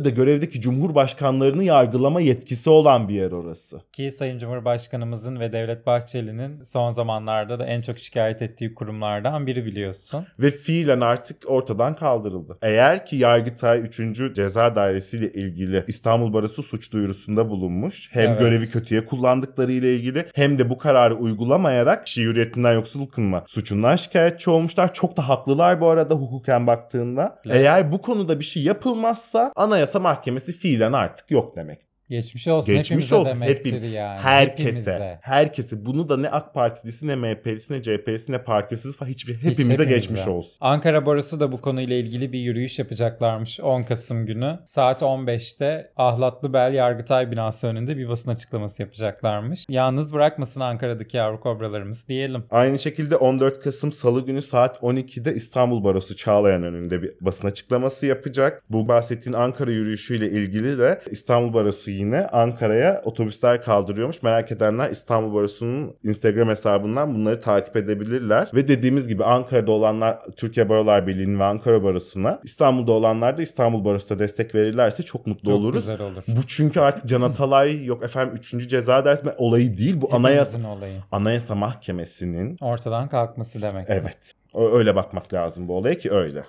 önceki cumhurbaşkanlarını yargılama yetkisi olan bir yer orası. Ki Sayın Cumhurbaşkanımızın ve Devlet Bahçeli'nin son zamanlarda da en çok şikayet ettiği kurumlardan biri biliyorsun. Ve fiilen artık ortadan kaldırıldı. Eğer ki Yargıtay üçüncü Ceza Dairesi ile ilgili İstanbul Barosu suç duyurusunda bulunmuş. Hem Evet. görevi kötüye kullandıkları ile ilgili hem de bu kararı uygulamayarak kişi hürriyetinden yoksul kılma suçundan şikayetçi olmuşlar. Çok da haklılar bu arada hukuken baktığında. Evet. Eğer bu konuda bir şey yapılmazsa Anayasa Mahkemesi fiilen artık yok demek. Geçmiş olsun Geçmiş hepimize olsun. demektir Hepim- yani. Herkese. Hepimize. Herkese. Bunu da ne AK Partilisi ne M H P'lisi ne C H P'lisi ne partisiz falan hiçbir hepimize hepimize. geçmiş olsun. Ankara Barosu da bu konuyla ilgili bir yürüyüş yapacaklarmış on Kasım günü. Saat on beşte Ahlatlıbel Yargıtay binası önünde bir basın açıklaması yapacaklarmış. Yalnız bırakmasın Ankara'daki yavru kobralarımız diyelim. Aynı şekilde on dört Kasım Salı günü saat on ikide İstanbul Barosu Çağlayan önünde bir basın açıklaması yapacak. Bu bahsettiğin Ankara yürüyüşüyle ilgili de İstanbul Barosu yine Ankara'ya otobüsler kaldırıyormuş. Merak edenler İstanbul Barosu'nun Instagram hesabından bunları takip edebilirler. Ve dediğimiz gibi Ankara'da olanlar Türkiye Barolar Birliği'nin ve Ankara Barosu'na, İstanbul'da olanlar da İstanbul Barosu'na destek verirlerse çok mutlu Çok oluruz. güzel olur. Bu çünkü artık Can Atalay yok efendim üçüncü Ceza Dairesi olayı değil. Bu anayasa, Hepimizin olayı. Anayasa Mahkemesi'nin Ortadan kalkması demek. evet o- öyle bakmak lazım bu olaya ki öyle.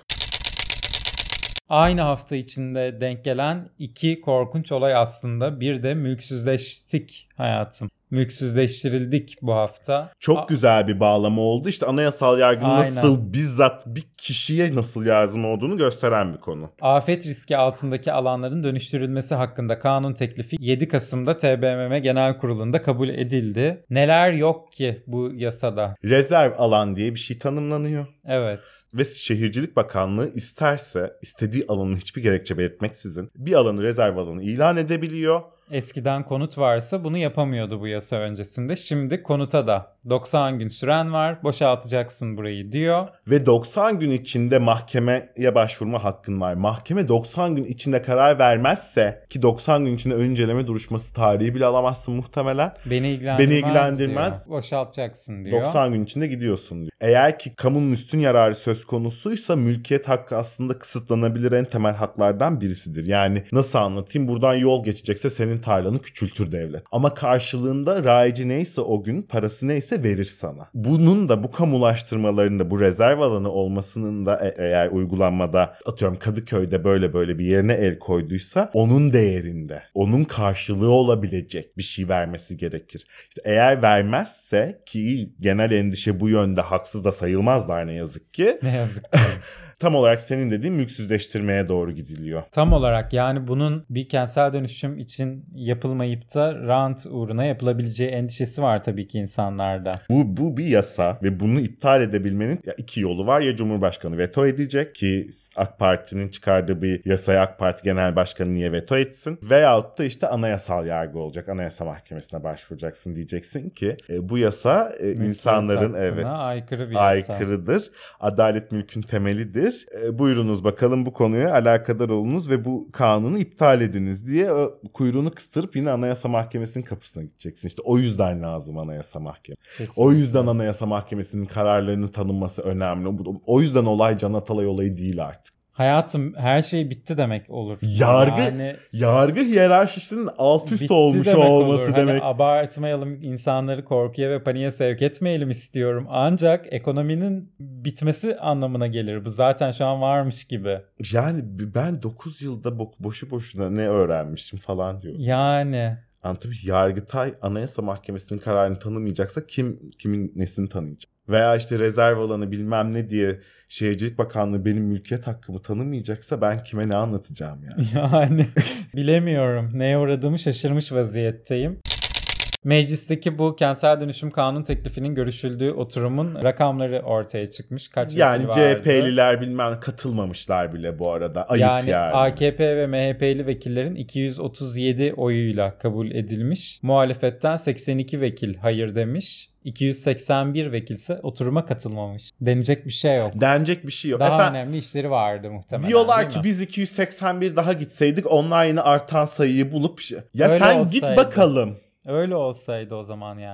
Aynı hafta içinde denk gelen iki korkunç olay aslında. Bir de mülksüzleştik hayatım. Mülksüzleştirildik bu hafta. Çok A- güzel bir bağlama oldu. İşte anayasal yargı Aynen. nasıl bizzat bir kişiye nasıl yardım olduğunu gösteren bir konu. Afet riski altındaki alanların dönüştürülmesi hakkında kanun teklifi yedi Kasım'da T B M M Genel Kurulu'nda kabul edildi. Neler yok ki bu yasada? Rezerv alan diye bir şey tanımlanıyor. Evet. Ve Şehircilik Bakanlığı isterse istediği alanı hiçbir gerekçe belirtmeksizin bir alanı rezerv alanı ilan edebiliyor. Eskiden konut varsa bunu yapamıyordu bu yasa öncesinde. Şimdi konuta da doksan gün süren var. Boşaltacaksın burayı diyor. Ve doksan gün içinde mahkemeye başvurma hakkın var. Mahkeme doksan gün içinde karar vermezse ki doksan gün içinde ön inceleme duruşması tarihi bile alamazsın muhtemelen. Beni ilgilendirmez, Beni ilgilendirmez. diyor. Boşaltacaksın diyor. doksan gün içinde gidiyorsun diyor. Eğer ki kamunun üstün yararı söz konusuysa mülkiyet hakkı aslında kısıtlanabilir en temel haklardan birisidir. Yani nasıl anlatayım? Buradan yol geçecekse senin tarlanı küçültür devlet. Ama karşılığında raici neyse o gün parası neyse verir sana. Bunun da bu kamulaştırmalarında bu rezerv alanı olmasının da e- eğer uygulanmada atıyorum Kadıköy'de böyle böyle bir yerine el koyduysa onun değerinde, onun karşılığı olabilecek bir şey vermesi gerekir. İşte eğer vermezse ki genel endişe bu yönde haksız da sayılmazlar ne yazık ki. Ne yazık ki. Tam olarak senin dediğin mülksüzleştirmeye doğru gidiliyor. Tam olarak yani bunun bir kentsel dönüşüm için yapılmayıp da rant uğruna yapılabileceği endişesi var tabii ki insanlarda. Bu, bu bir yasa ve bunu iptal edebilmenin ya iki yolu var. Ya Cumhurbaşkanı veto edecek ki AK Parti'nin çıkardığı bir yasaya AK Parti Genel Başkanı niye veto etsin? Veyahut da işte anayasal yargı olacak. Anayasa Mahkemesi'ne başvuracaksın diyeceksin ki e, bu yasa e, insanların hakkına evet aykırı bir yasa. aykırıdır. Adalet mülkün temelidir. E, buyurunuz bakalım bu konuya alakadar olunuz ve bu kanunu iptal ediniz diye e, kuyruğunu kıstırıp yine Anayasa Mahkemesi'nin kapısına gideceksin. İşte o yüzden lazım Anayasa Mahkemesi. Kesinlikle. O yüzden Anayasa Mahkemesi'nin kararlarının tanınması önemli. O yüzden olay Can Atalay olayı değil artık. Hayatım her şey bitti demek olur. Yargı Yani yargı hiyerarşisinin alt üst bitti olmuş demek olması olur. demek. Hani abartmayalım, insanları korkuya ve paniğe sevk etmeyelim istiyorum. Ancak ekonominin bitmesi anlamına gelir. Bu zaten şu an varmış gibi. Yani ben dokuz yılda bo- boşu boşuna ne öğrenmişim falan diyor. Yani Anlatabiliyor muyum? Yargıtay Anayasa Mahkemesi'nin kararını tanımayacaksa kim kimin nesini tanıyacak? Veya işte rezerv alanı bilmem ne diye Şehircilik Bakanlığı benim mülkiyet hakkımı tanımayacaksa ben kime ne anlatacağım yani? yani bilemiyorum. Neye uğradığımı şaşırmış vaziyetteyim. Meclisteki bu kentsel dönüşüm kanun teklifinin görüşüldüğü oturumun rakamları ortaya çıkmış. Kaç Yani vekil C H vardı? P'liler bilmem katılmamışlar bile bu arada. Ayıp yani, yani. A K P ve M H P'li vekillerin iki yüz otuz yedi oyuyla kabul edilmiş. Muhalefetten seksen iki vekil hayır demiş. iki yüz seksen bir vekilse oturuma katılmamış. Denecek bir şey yok. Denecek bir şey yok. Daha Efendim, önemli işleri vardı muhtemelen. diyorlar değil ki mi? biz iki yüz seksen bir daha gitseydik onlar yine artan sayıyı bulup ya Öyle sen olsaydı. git bakalım. Öyle olsaydı o zaman yani.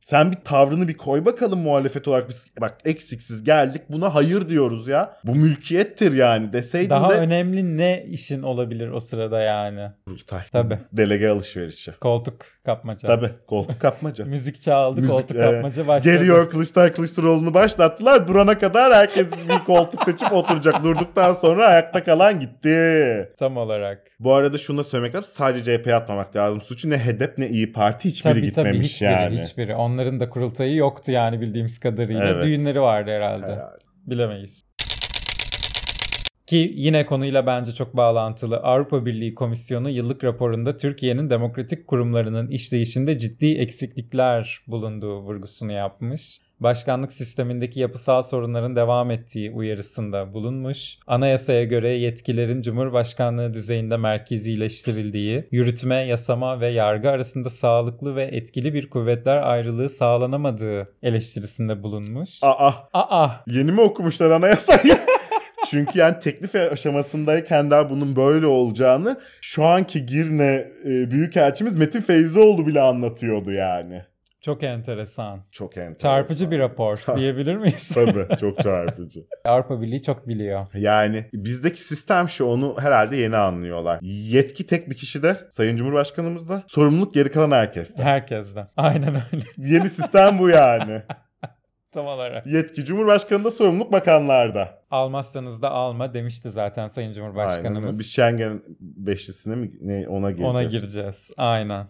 Sen bir tavrını bir koy bakalım muhalefet olarak. Biz bak eksiksiz geldik buna hayır diyoruz ya. Bu mülkiyettir yani deseydin Daha de. önemli ne işin olabilir o sırada yani? Kurultay. Tabii. Delege alışverişi. Koltuk kapmaca. Tabii koltuk kapmaca. Müzik çaldı, Müzik, koltuk e, kapmaca başladı. Geliyor Kılıçdaroğlu Kılıçdaroğlu'nu başlattılar. Durana kadar herkes bir koltuk seçip oturacak. Durduktan sonra ayakta kalan gitti. Tam olarak. Bu arada şunu da söylemek lazım. Sadece C H P'ye atmamak lazım. Suçu ne H D P ne İYİ Parti hiçbiri Tabii tabii gitmemiş hiçbiri, yani. hiçbiri. Onların da kurultayı yoktu yani bildiğimiz kadarıyla. Evet. Düğünleri vardı herhalde. Herhalde. Bilemeyiz. Ki yine konuyla bence çok bağlantılı. Avrupa Birliği Komisyonu yıllık raporunda Türkiye'nin demokratik kurumlarının işleyişinde ciddi eksiklikler bulunduğu vurgusunu yapmış. Başkanlık sistemindeki yapısal sorunların devam ettiği uyarısında bulunmuş. Anayasaya göre yetkilerin Cumhurbaşkanlığı düzeyinde merkezileştirildiği, yürütme, yasama ve yargı arasında sağlıklı ve etkili bir kuvvetler ayrılığı sağlanamadığı eleştirisinde bulunmuş. Aa, Aa! yeni mi okumuşlar anayasayı? Çünkü yani teklif aşamasındayken daha bunun böyle olacağını şu anki Girne e, Büyükelçimiz Metin Feyzioğlu bile anlatıyordu yani. Çok enteresan. Çok enteresan. Çarpıcı bir rapor diyebilir miyiz? Tabii çok çarpıcı. Avrupa Birliği çok biliyor. Yani bizdeki sistem şu, onu herhalde yeni anlıyorlar. Yetki tek bir kişide, Sayın Cumhurbaşkanımızda. Sorumluluk geri kalan herkeste. Herkesten. Aynen öyle. Yeni sistem bu yani. Tam olarak. Yetki Cumhurbaşkanı'nda, sorumluluk bakanlarda. Almazsanız da alma demişti zaten Sayın Cumhurbaşkanımız. Aynen. Biz Schengen beşlisine mi ne, ona gireceğiz. Ona gireceğiz. Aynen.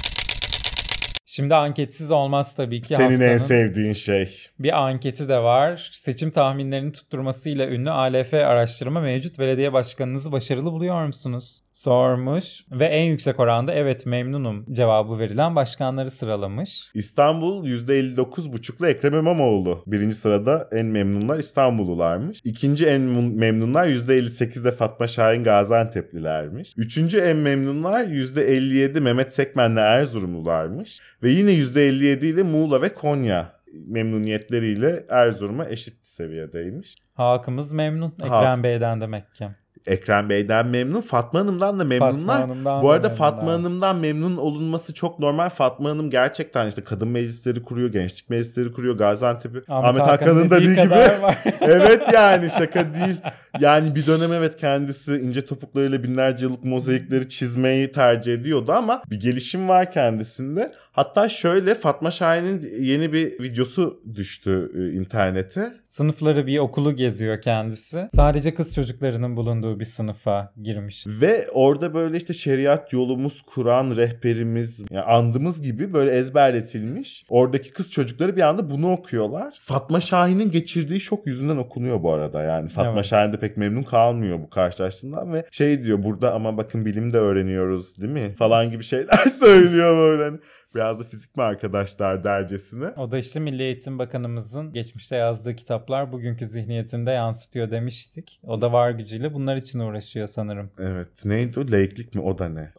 Şimdi anketsiz olmaz tabii ki. Senin Haftanın en sevdiğin şey. bir anketi de var. Seçim tahminlerini tutturmasıyla ünlü A L F araştırma mevcut belediye başkanınızı başarılı buluyor musunuz? Sormuş ve en yüksek oranda evet memnunum cevabı verilen başkanları sıralamış. İstanbul yüzde elli dokuz buçukla Ekrem İmamoğlu. Birinci sırada en memnunlar İstanbullularmış. İkinci en memnunlar yüzde elli sekizde Fatma Şahin Gaziantep'lilermiş. Üçüncü en memnunlar yüzde elli yedi Mehmet Sekmen'le Erzurumlularmış. Ve yine yüzde elli yedi ile Muğla ve Konya memnuniyetleriyle Erzurum'a eşit seviyedeymiş. Halkımız memnun Ekrem Halk. Bey'den demek ki. Ekrem Bey'den memnun. Fatma Hanım'dan da memnunlar. Fatma Hanım'dan Bu da arada memnunlar. Fatma Hanım'dan memnun olunması çok normal. Fatma Hanım gerçekten işte kadın meclisleri kuruyor, gençlik meclisleri kuruyor, Gaziantep'i. Ahmet, Ahmet Hakan'ın da dediği gibi. Evet yani şaka değil. Yani bir dönem evet kendisi ince topuklarıyla binlerce yıllık mozaikleri çizmeyi tercih ediyordu ama bir gelişim var kendisinde. Hatta şöyle, Fatma Şahin'in yeni bir videosu düştü e, internete. Sınıfları bir okulu geziyor kendisi. Sadece kız çocuklarının bulunduğu bir sınıfa girmiş. Ve orada böyle işte şeriat yolumuz, Kur'an rehberimiz, yani andımız gibi böyle ezberletilmiş. Oradaki kız çocukları bir anda bunu okuyorlar. Fatma Şahin'in geçirdiği şok yüzünden okunuyor bu arada yani. Fatma Evet. Şahin de pek memnun kalmıyor bu karşılaştığından ve şey diyor, burada ama bakın bilim de öğreniyoruz değil mi? Falan gibi şeyler söylüyor böyle. Hani biraz da fizik mi arkadaşlar dercesine. O da işte Milli Eğitim Bakanımızın geçmişte yazdığı kitaplar bugünkü zihniyetinde yansıtıyor demiştik. O da var gücüyle bunlar için uğraşıyor sanırım. Evet. Neydi o? Laiklik mi? O da ne?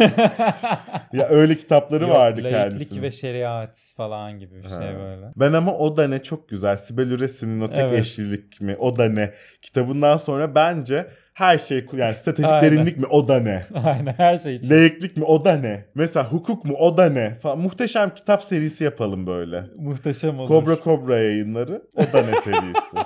Ya öyle kitapları Yok, vardı laiklik kendisinin. ve şeriat falan gibi bir Ha. şey böyle. Ben ama O da ne çok güzel. Sibel Üresin'in o tek Evet. eşlilik mi? O da ne? Kitabından sonra bence her şey, yani stratejik Aynen. derinlik mi? O da ne? Aynen her şey için. Laiklik mi? O da ne? Mesela hukuk mu? O da ne? Falan. Muhteşem kitap serisi yapalım böyle. Muhteşem olur. Kobra Kobra yayınları. O da ne serisi?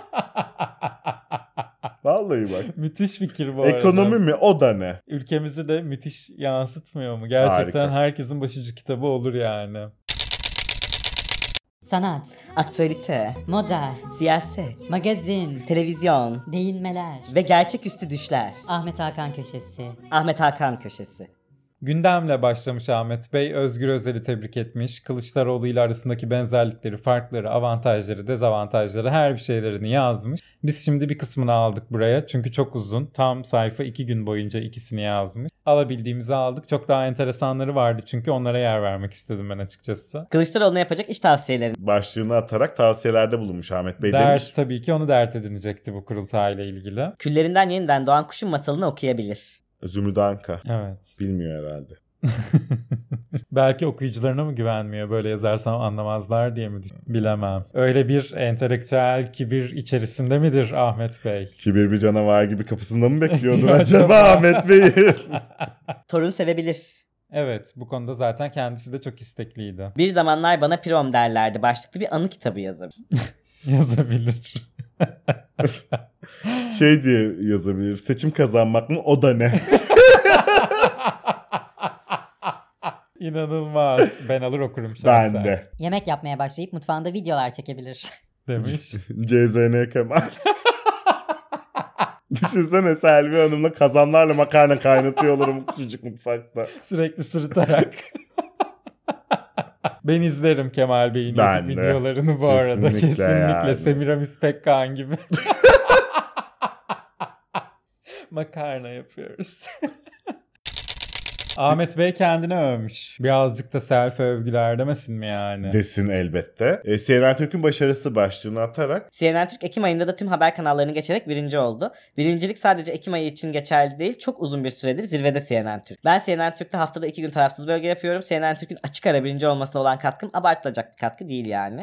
Vallahi bak. Müthiş fikir bu arada. Ekonomi mi? O da ne? Ülkemizi de müthiş yansıtmıyor mu? Gerçekten Harika. herkesin başucu kitabı olur yani. Sanat, Aktüelite, moda, siyaset, magazin, televizyon değinmeler, ve gerçeküstü düşler. Ahmet Hakan köşesi. Ahmet Hakan köşesi. Gündemle başlamış Ahmet Bey, Özgür Özel'i tebrik etmiş. Kılıçdaroğlu ile arasındaki benzerlikleri, farkları, avantajları, dezavantajları her bir şeylerini yazmış. Biz şimdi bir kısmını aldık buraya çünkü çok uzun. Tam sayfa iki gün boyunca ikisini yazmış. Alabildiğimizi aldık. Çok daha enteresanları vardı çünkü onlara yer vermek istedim ben açıkçası. Kılıçdaroğlu'na yapacak iş tavsiyeleri. Başlığını atarak tavsiyelerde bulunmuş Ahmet Bey demiş. Dert tabii ki onu dert edinecekti bu kurultayla ilgili. Küllerinden yeniden doğan kuşun masalını okuyabilir. Zümrüt Anka. Evet. Bilmiyor herhalde. Belki okuyucularına mı güvenmiyor, böyle yazarsam anlamazlar diye mi düşünüyorum? Bilemem. Öyle bir entelektüel kibir içerisinde midir Ahmet Bey? Kibir bir canavar gibi kapısında mı bekliyordun Acaba? acaba Ahmet Bey'i? Torun sevebilir. Evet, bu konuda zaten kendisi de çok istekliydi. Bir zamanlar bana Pirom derlerdi başlıklı bir anı kitabı yazabilir. Yazabilir. Şey diye yazabilir. Seçim kazanmak mı? O da ne? İnanılmaz. Ben alır okurum şahsen. Ben de. Yemek yapmaya başlayıp mutfağında videolar çekebilir. Demiş. C Z N Kemal. Düşünsene Selvi Hanım'la kazanlarla makarna kaynatıyorlar küçücük mutfakta. Sürekli sırıtarak. Ben izlerim Kemal Bey'in Ben YouTube de. videolarını bu arada. Kesinlikle Kesinlikle. yani. Semiramis Pekkan gibi. Makarna yapıyoruz. Ahmet Bey kendini övmüş. Birazcık da selfie övgüler demesin mi yani? Desin elbette. E, C N N Türk'ün başarısı başlığını atarak. C N N Türk Ekim ayında da tüm haber kanallarını geçerek birinci oldu. Birincilik sadece Ekim ayı için geçerli değil, çok uzun bir süredir zirvede C N N Türk. Ben C N N Türk'te haftada iki gün tarafsız bölge yapıyorum. C N N Türk'ün açık ara birinci olmasına olan katkım abartılacak bir katkı değil yani.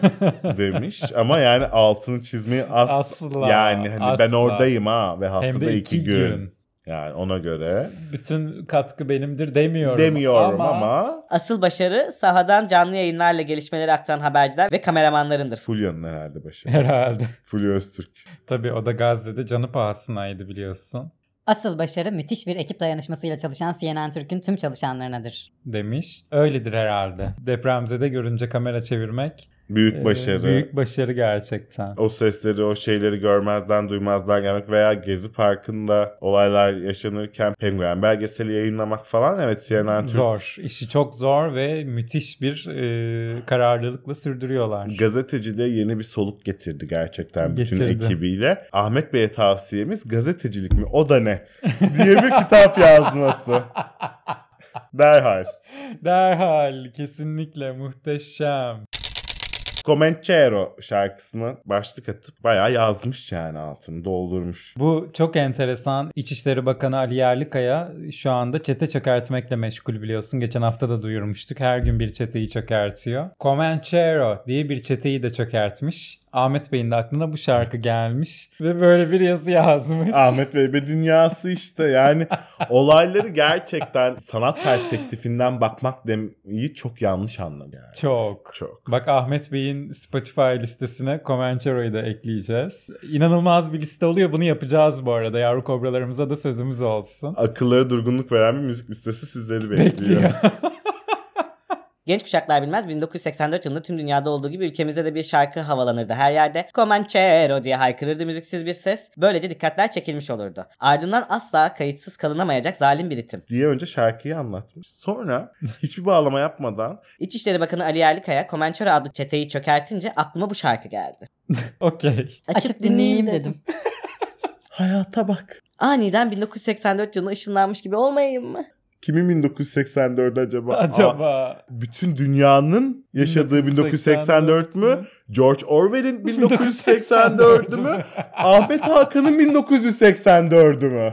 Demiş ama yani altını çizmeyi as Asla, yani hani asla. ben oradayım ha ve haftada Hem de iki, iki gün. gün. Yani ona göre Bütün katkı benimdir demiyorum. demiyorum ama, ama... Asıl başarı sahadan canlı yayınlarla gelişmeleri aktaran haberciler ve kameramanlarındır. Fulya'nın herhalde başı. Herhalde. Fulya Öztürk. Tabii o da Gazze'de canı pahasınaydı biliyorsun. Asıl başarı müthiş bir ekip dayanışmasıyla çalışan C N N Türk'ün tüm çalışanlarınadır. Demiş. Öyledir herhalde. Depremzede görünce kamera çevirmek Büyük e, başarı. büyük başarı gerçekten. O sesleri, o şeyleri görmezden duymazdan gelmek veya Gezi Parkı'nda olaylar yaşanırken Penguen belgeseli yayınlamak falan, evet C N N Türk Zor. İşi çok zor ve müthiş bir e, kararlılıkla sürdürüyorlar. gazeteciliğe yeni bir soluk getirdi gerçekten bütün Getirdi. ekibiyle. Ahmet Bey'e tavsiyemiz gazetecilik mi o da ne diye bir kitap yazması. Derhal. Derhal. Kesinlikle muhteşem. Comanchero şarkısına başlık atıp bayağı yazmış yani, altını doldurmuş. Bu çok enteresan. İçişleri Bakanı Ali Yerlikaya şu anda çete çökertmekle meşgul biliyorsun. Geçen hafta da duyurmuştuk. Her gün bir çeteyi çökertiyor. Comanchero diye bir çeteyi de çökertmiş. Ahmet Bey'in de aklına bu şarkı gelmiş ve böyle bir yazı yazmış. Ahmet Bey be dünyası işte yani olayları gerçekten sanat perspektifinden bakmak demeyi çok yanlış anladı yani. Çok. Çok. Bak Ahmet Bey'in Spotify listesine Comanchero'yu da ekleyeceğiz. İnanılmaz bir liste oluyor. Bunu yapacağız bu arada. Yavru kobralarımıza da sözümüz olsun. Akıllara durgunluk veren bir müzik listesi sizleri bekliyor. Bekliyor. Genç kuşaklar bilmez, bin dokuz yüz seksen dört yılında tüm dünyada olduğu gibi ülkemizde de bir şarkı havalanırdı. Her yerde Comanchero diye haykırırdı müziksiz bir ses. Böylece dikkatler çekilmiş olurdu. Ardından asla kayıtsız kalınamayacak zalim bir ritim. Diye önce şarkıyı anlatmış. Sonra hiçbir bağlama yapmadan İçişleri Bakanı Ali Yerlikaya Comanchero adlı çeteyi çökertince aklıma bu şarkı geldi. Okey. Açıp dinleyeyim dedim. hayata bak. Aniden bin dokuz yüz seksen dört yılına ışınlanmış gibi olmayayım mı? Kimin bin dokuz yüz seksen dört acaba? Acaba. Aa, bütün dünyanın yaşadığı bin dokuz yüz seksen dört mü? George Orwell'in bin dokuz yüz seksen dördü mü? Ahmet Hakan'ın bin dokuz yüz seksen dördü mü?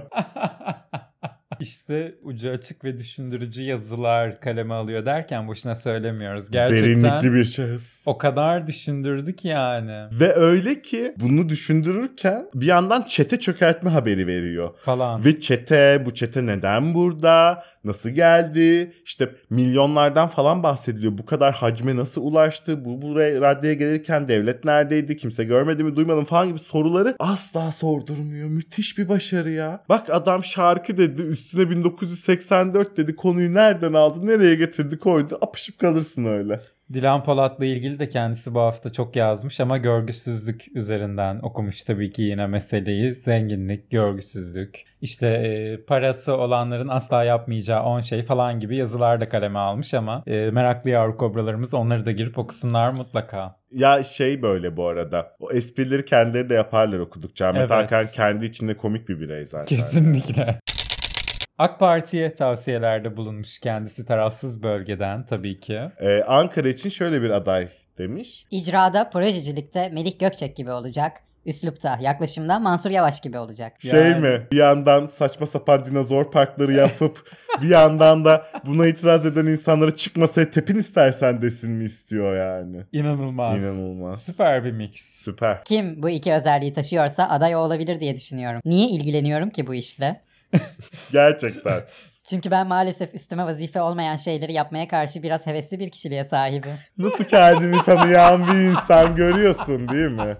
İşte ucu açık ve düşündürücü yazılar kaleme alıyor derken boşuna söylemiyoruz. Gerçekten Derinlikli bir şahıs. o kadar düşündürdü ki yani. Ve öyle ki bunu düşündürürken bir yandan çete çökertme haberi veriyor. Falan. Ve çete, bu çete neden burada? Nasıl geldi? İşte milyonlardan falan bahsediliyor. Bu kadar hacme nasıl ulaştı? Bu buraya raddeye gelirken devlet neredeydi? Kimse görmedi mi, duymadı mı falan gibi soruları asla sordurmuyor. Müthiş bir başarı ya. Bak adam şarkı dedi, üstüne bin dokuz yüz seksen dört dedi. Konuyu nereden aldı, nereye getirdi, koydu. Apışıp kalırsın öyle. Dilan Polat'la ilgili de kendisi bu hafta çok yazmış ama görgüsüzlük üzerinden okumuş tabii ki yine meseleyi. Zenginlik, görgüsüzlük, işte e, parası olanların asla yapmayacağı on şey falan gibi yazılar da kaleme almış ama e, meraklı yavru kobralarımız onları da girip okusunlar mutlaka. Ya şey böyle bu arada. O esprileri kendileri de yaparlar okudukça. Ahmet Evet. Hakan kendi içinde komik bir birey zaten. Kesinlikle. AK Parti'ye tavsiyelerde bulunmuş kendisi tarafsız bölgeden tabii ki. Ee, Ankara için şöyle bir aday demiş. İcrada, projecilikte Melih Gökçek gibi olacak. Üslupta, yaklaşımda Mansur Yavaş gibi olacak. Şey Yani- mi? Bir yandan saçma sapan dinozor parkları yapıp bir yandan da buna itiraz eden insanlara çıkmasaya tepin istersen desin mi istiyor yani? İnanılmaz. İnanılmaz. Süper bir mix. Süper. Kim bu iki özelliği taşıyorsa aday o olabilir diye düşünüyorum. Niye ilgileniyorum ki bu işle? Gerçekten. Çünkü ben maalesef üstüme vazife olmayan şeyleri yapmaya karşı biraz hevesli bir kişiliğe sahibim. Nasıl kendini tanıyan bir insan görüyorsun değil mi?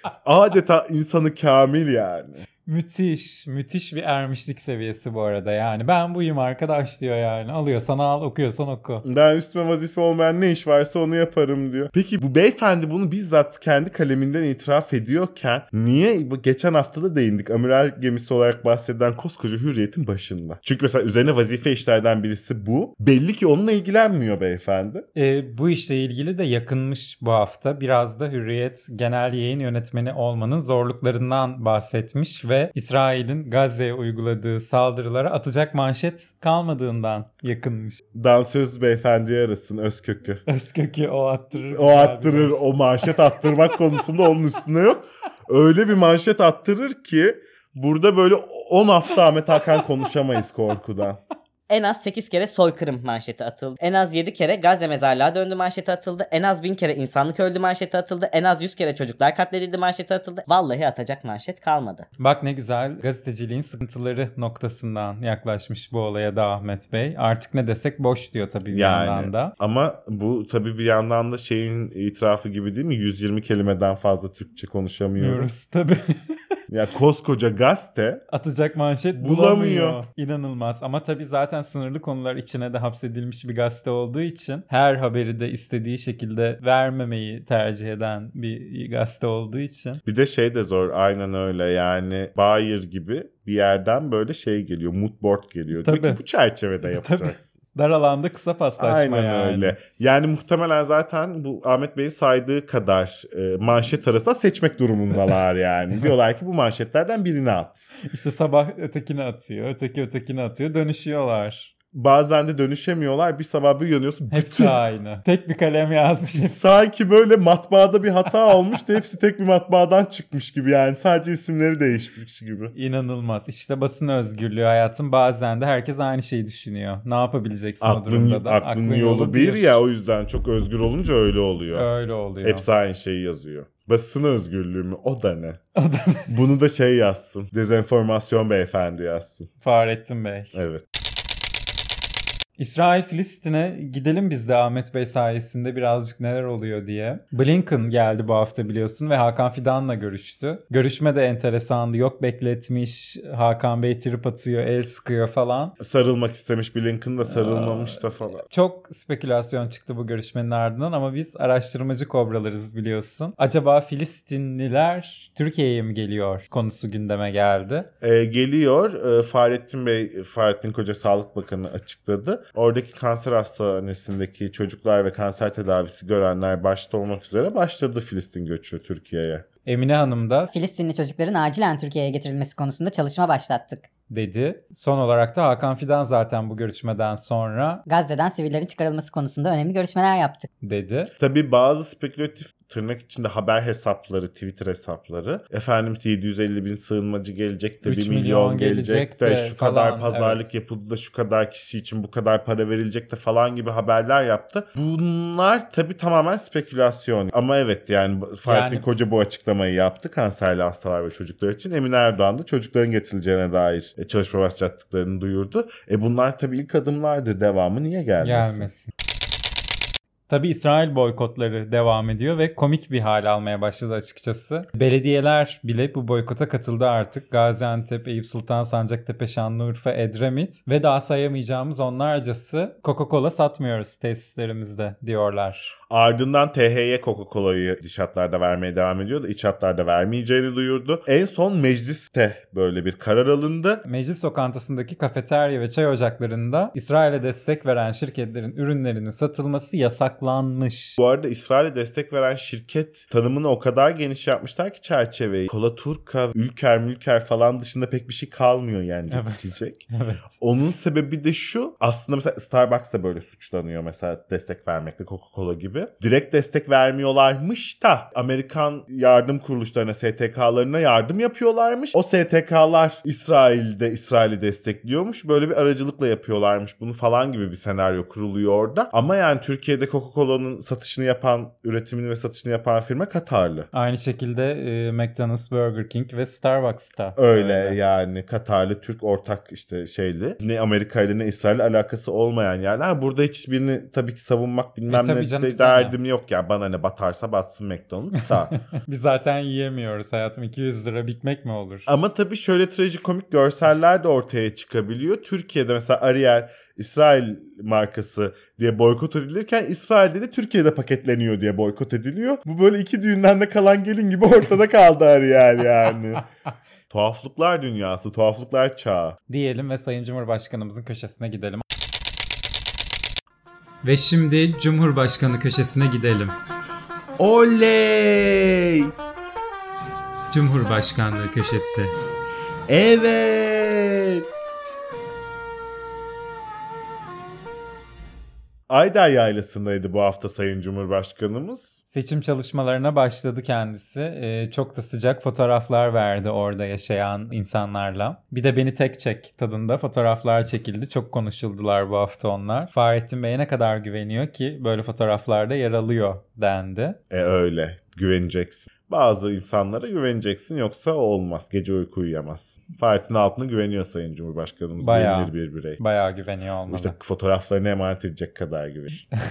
Adeta insanı kamil yani. Müthiş, müthiş bir ermişlik seviyesi bu arada yani. Ben buyum arkadaş diyor yani. Alıyorsan al, okuyorsan oku. Ben üstüme vazife olmayan ne iş varsa onu yaparım diyor. Peki bu beyefendi bunu bizzat kendi kaleminden itiraf ediyorken niye bu geçen hafta da değindik amiral gemisi olarak bahsedilen koskoca Hürriyet'in başında? Çünkü mesela üzerine vazife işlerden birisi bu. Belli ki onunla ilgilenmiyor beyefendi. E, bu işle ilgili de yakınmış bu hafta. Biraz da Hürriyet Genel Yayın Yönetmeni olmanın zorluklarından bahsetmiş ve İsrail'in Gazze'ye uyguladığı saldırılara atacak manşet kalmadığından yakınmış. Dansöz beyefendiye arasın Özkök'ü. Özkök'ü o attırır. O attırır, o manşet attırmak konusunda onun üstüne yok. Öyle bir manşet attırır ki burada böyle on hafta Ahmet Hakan konuşamayız korkudan. En az sekiz kere soykırım manşeti atıldı. En az yedi kere Gazze mezarlığa döndü manşeti atıldı. En az bin kere insanlık öldü manşeti atıldı. En az yüz kere çocuklar katledildi manşeti atıldı. Vallahi atacak manşet kalmadı. Bak ne güzel gazeteciliğin sıkıntıları noktasından yaklaşmış bu olaya da Ahmet Bey. Artık ne desek boş diyor tabii bir Yani, yandan da. ama bu tabii bir yandan da şeyin itirafı gibi değil mi? yüz yirmi kelimeden fazla Türkçe konuşamıyoruz. Diyoruz tabii. Ya koskoca gazete Atacak manşet Bulamıyor. bulamıyor. İnanılmaz. Ama tabii zaten sınırlı konular içine de hapsedilmiş bir gazete olduğu için her haberi de istediği şekilde vermemeyi tercih eden bir gazete olduğu için. bir de şey de zor aynen öyle yani Bayer gibi bir yerden böyle şey geliyor moodboard geliyor. Diyor Tabii. ki bu çerçevede yapacaksın. Dar alanda kısa paslaşma Aynen yani. öyle. Yani muhtemelen zaten bu Ahmet Bey'in saydığı kadar e, manşet arasında seçmek durumundalar yani. Diyorlar ki bu manşetlerden birini at. İşte sabah ötekini atıyor, öteki ötekini atıyor, dönüşüyorlar. Bazen de dönüşemiyorlar. Bir sabah bir uyanıyorsun. Hepsi bütün- aynı. Tek bir kalem yazmış hepsi. Sanki böyle matbaada bir hata olmuş da hepsi tek bir matbaadan çıkmış gibi yani. Sadece isimleri değişmiş gibi. İnanılmaz. İşte basın özgürlüğü hayatım. Bazen de herkes aynı şeyi düşünüyor. Ne yapabileceksin o Aklın, durumda da? aklın yolu bir ya, o yüzden çok özgür olunca öyle oluyor. Öyle oluyor. Hepsi aynı şeyi yazıyor. Basın özgürlüğü mü? O da ne? Bunu da şey yazsın. Dezenformasyon beyefendi yazsın. Fahrettin Bey. Evet. İsrail Filistin'e gidelim biz de Ahmet Bey sayesinde birazcık neler oluyor diye. Blinken geldi bu hafta biliyorsun ve Hakan Fidan'la görüştü. Görüşme de enteresandı. Yok bekletmiş, Hakan Bey trip atıyor, el sıkıyor falan. Sarılmak istemiş, Blinken da sarılmamış da falan. Çok spekülasyon çıktı bu görüşmenin ardından ama biz araştırmacı kobralarız biliyorsun. Acaba Filistinliler Türkiye'ye mi geliyor konusu gündeme geldi. Ee, geliyor. Ee, Fahrettin Bey, Fahrettin Koca Sağlık Bakanı açıkladı. Oradaki kanser hastanesindeki çocuklar ve kanser tedavisi görenler başta olmak üzere başladı Filistin göçü Türkiye'ye. Emine Hanım da Filistinli çocukların acilen Türkiye'ye getirilmesi konusunda çalışma başlattık. dedi. Son olarak da Hakan Fidan zaten bu görüşmeden sonra Gazze'den sivillerin çıkarılması konusunda önemli görüşmeler yaptık. dedi. Tabii bazı spekülatif tırnak içinde haber hesapları, Twitter hesapları. Efendim yedi yüz elli bin sığınmacı gelecek de üç bir milyon milyon gelecek de gelecek de şu kadar falan, pazarlık evet. yapıldı da şu kadar kişi için bu kadar para verilecek de falan gibi haberler yaptı. Bunlar tabii tamamen spekülasyon. Ama evet yani Fahrettin Yani- Koca bu açıklamayı yaptı kanserli hastalar ve çocuklar için. Emine Erdoğan da çocukların getirileceğine dair çalışma başlattıklarını duyurdu. E bunlar tabii ilk adımlardır. Devamı niye gelmesin? Gelmesin. Tabii İsrail boykotları devam ediyor ve komik bir hal almaya başladı açıkçası. Belediyeler bile bu boykota katıldı artık. Gaziantep, Eyüp Sultan, Sancaktepe, Şanlıurfa, Edremit ve daha sayamayacağımız onlarcası Coca-Cola satmıyoruz tesislerimizde diyorlar. Ardından T H Y Coca-Cola'yı dış hatlarda vermeye devam ediyor da iç hatlarda vermeyeceğini duyurdu. En son mecliste böyle bir karar alındı. Meclis lokantasındaki kafeterya ve çay ocaklarında İsrail'e destek veren şirketlerin ürünlerinin satılması yasaklanmış. Bu arada İsrail'e destek veren şirket tanımını o kadar geniş yapmışlar ki çerçeveyi. Kola Turka, Ülker Mülker falan dışında pek bir şey kalmıyor yani Evet. içecek. Evet. Onun sebebi de şu. Aslında mesela Starbucks da böyle suçlanıyor mesela destek vermekte, Coca-Cola gibi. Direkt destek vermiyorlarmış da Amerikan yardım kuruluşlarına, S T K'larına yardım yapıyorlarmış. O S T K'lar İsrail'de İsrail'i destekliyormuş. Böyle bir aracılıkla yapıyorlarmış bunu falan gibi bir senaryo kuruluyor orada. Ama yani Türkiye'de Coca-Cola Coca-Cola'nın satışını yapan, üretimini ve satışını yapan firma Katarlı. Aynı şekilde e, McDonald's, Burger King ve Starbucks'ta. Öyle, öyle yani Katarlı Türk ortak işte şeyli. Ne Amerika ile ne İsrail alakası olmayan yerler. Burada hiçbirini tabii ki savunmak bilmem E, ne canım, de derdim ya. yok ya. Bana ne batarsa batsın McDonald's da. Biz zaten yiyemiyoruz hayatım. iki yüz lira Big Mac mi olur? Ama tabii şöyle trajikomik görseller de ortaya çıkabiliyor. Türkiye'de mesela Ariel İsrail markası diye boykot edilirken İsrail'de de Türkiye'de paketleniyor diye boykot ediliyor. Bu böyle iki düğünden de kalan gelin gibi ortada kaldı Ariel yani. Tuhaflıklar dünyası, tuhaflıklar çağı. Diyelim ve Sayın Cumhurbaşkanımızın köşesine gidelim. Ve şimdi Cumhurbaşkanı köşesine gidelim. Oley! Cumhurbaşkanlığı köşesi. Evet! Ayder Yaylası'ndaydı bu hafta Sayın Cumhurbaşkanımız. Seçim çalışmalarına başladı kendisi. Ee, çok da sıcak fotoğraflar verdi orada yaşayan insanlarla. Bir de beni tek çek tadında fotoğraflar çekildi. Çok konuşuldular bu hafta onlar. Fahrettin Bey'e ne kadar güveniyor ki böyle fotoğraflarda yer alıyor dendi. E öyle. Güveneceksin. Bazı insanlara güveneceksin yoksa o olmaz. Gece uyku uyuyamaz. Fahrettin altına güveniyor Sayın Cumhurbaşkanımız. Bayağı, Güvenilir bir birey. Bayağı güveniyor olmalı. İşte fotoğraflarını emanet edecek kadar güven.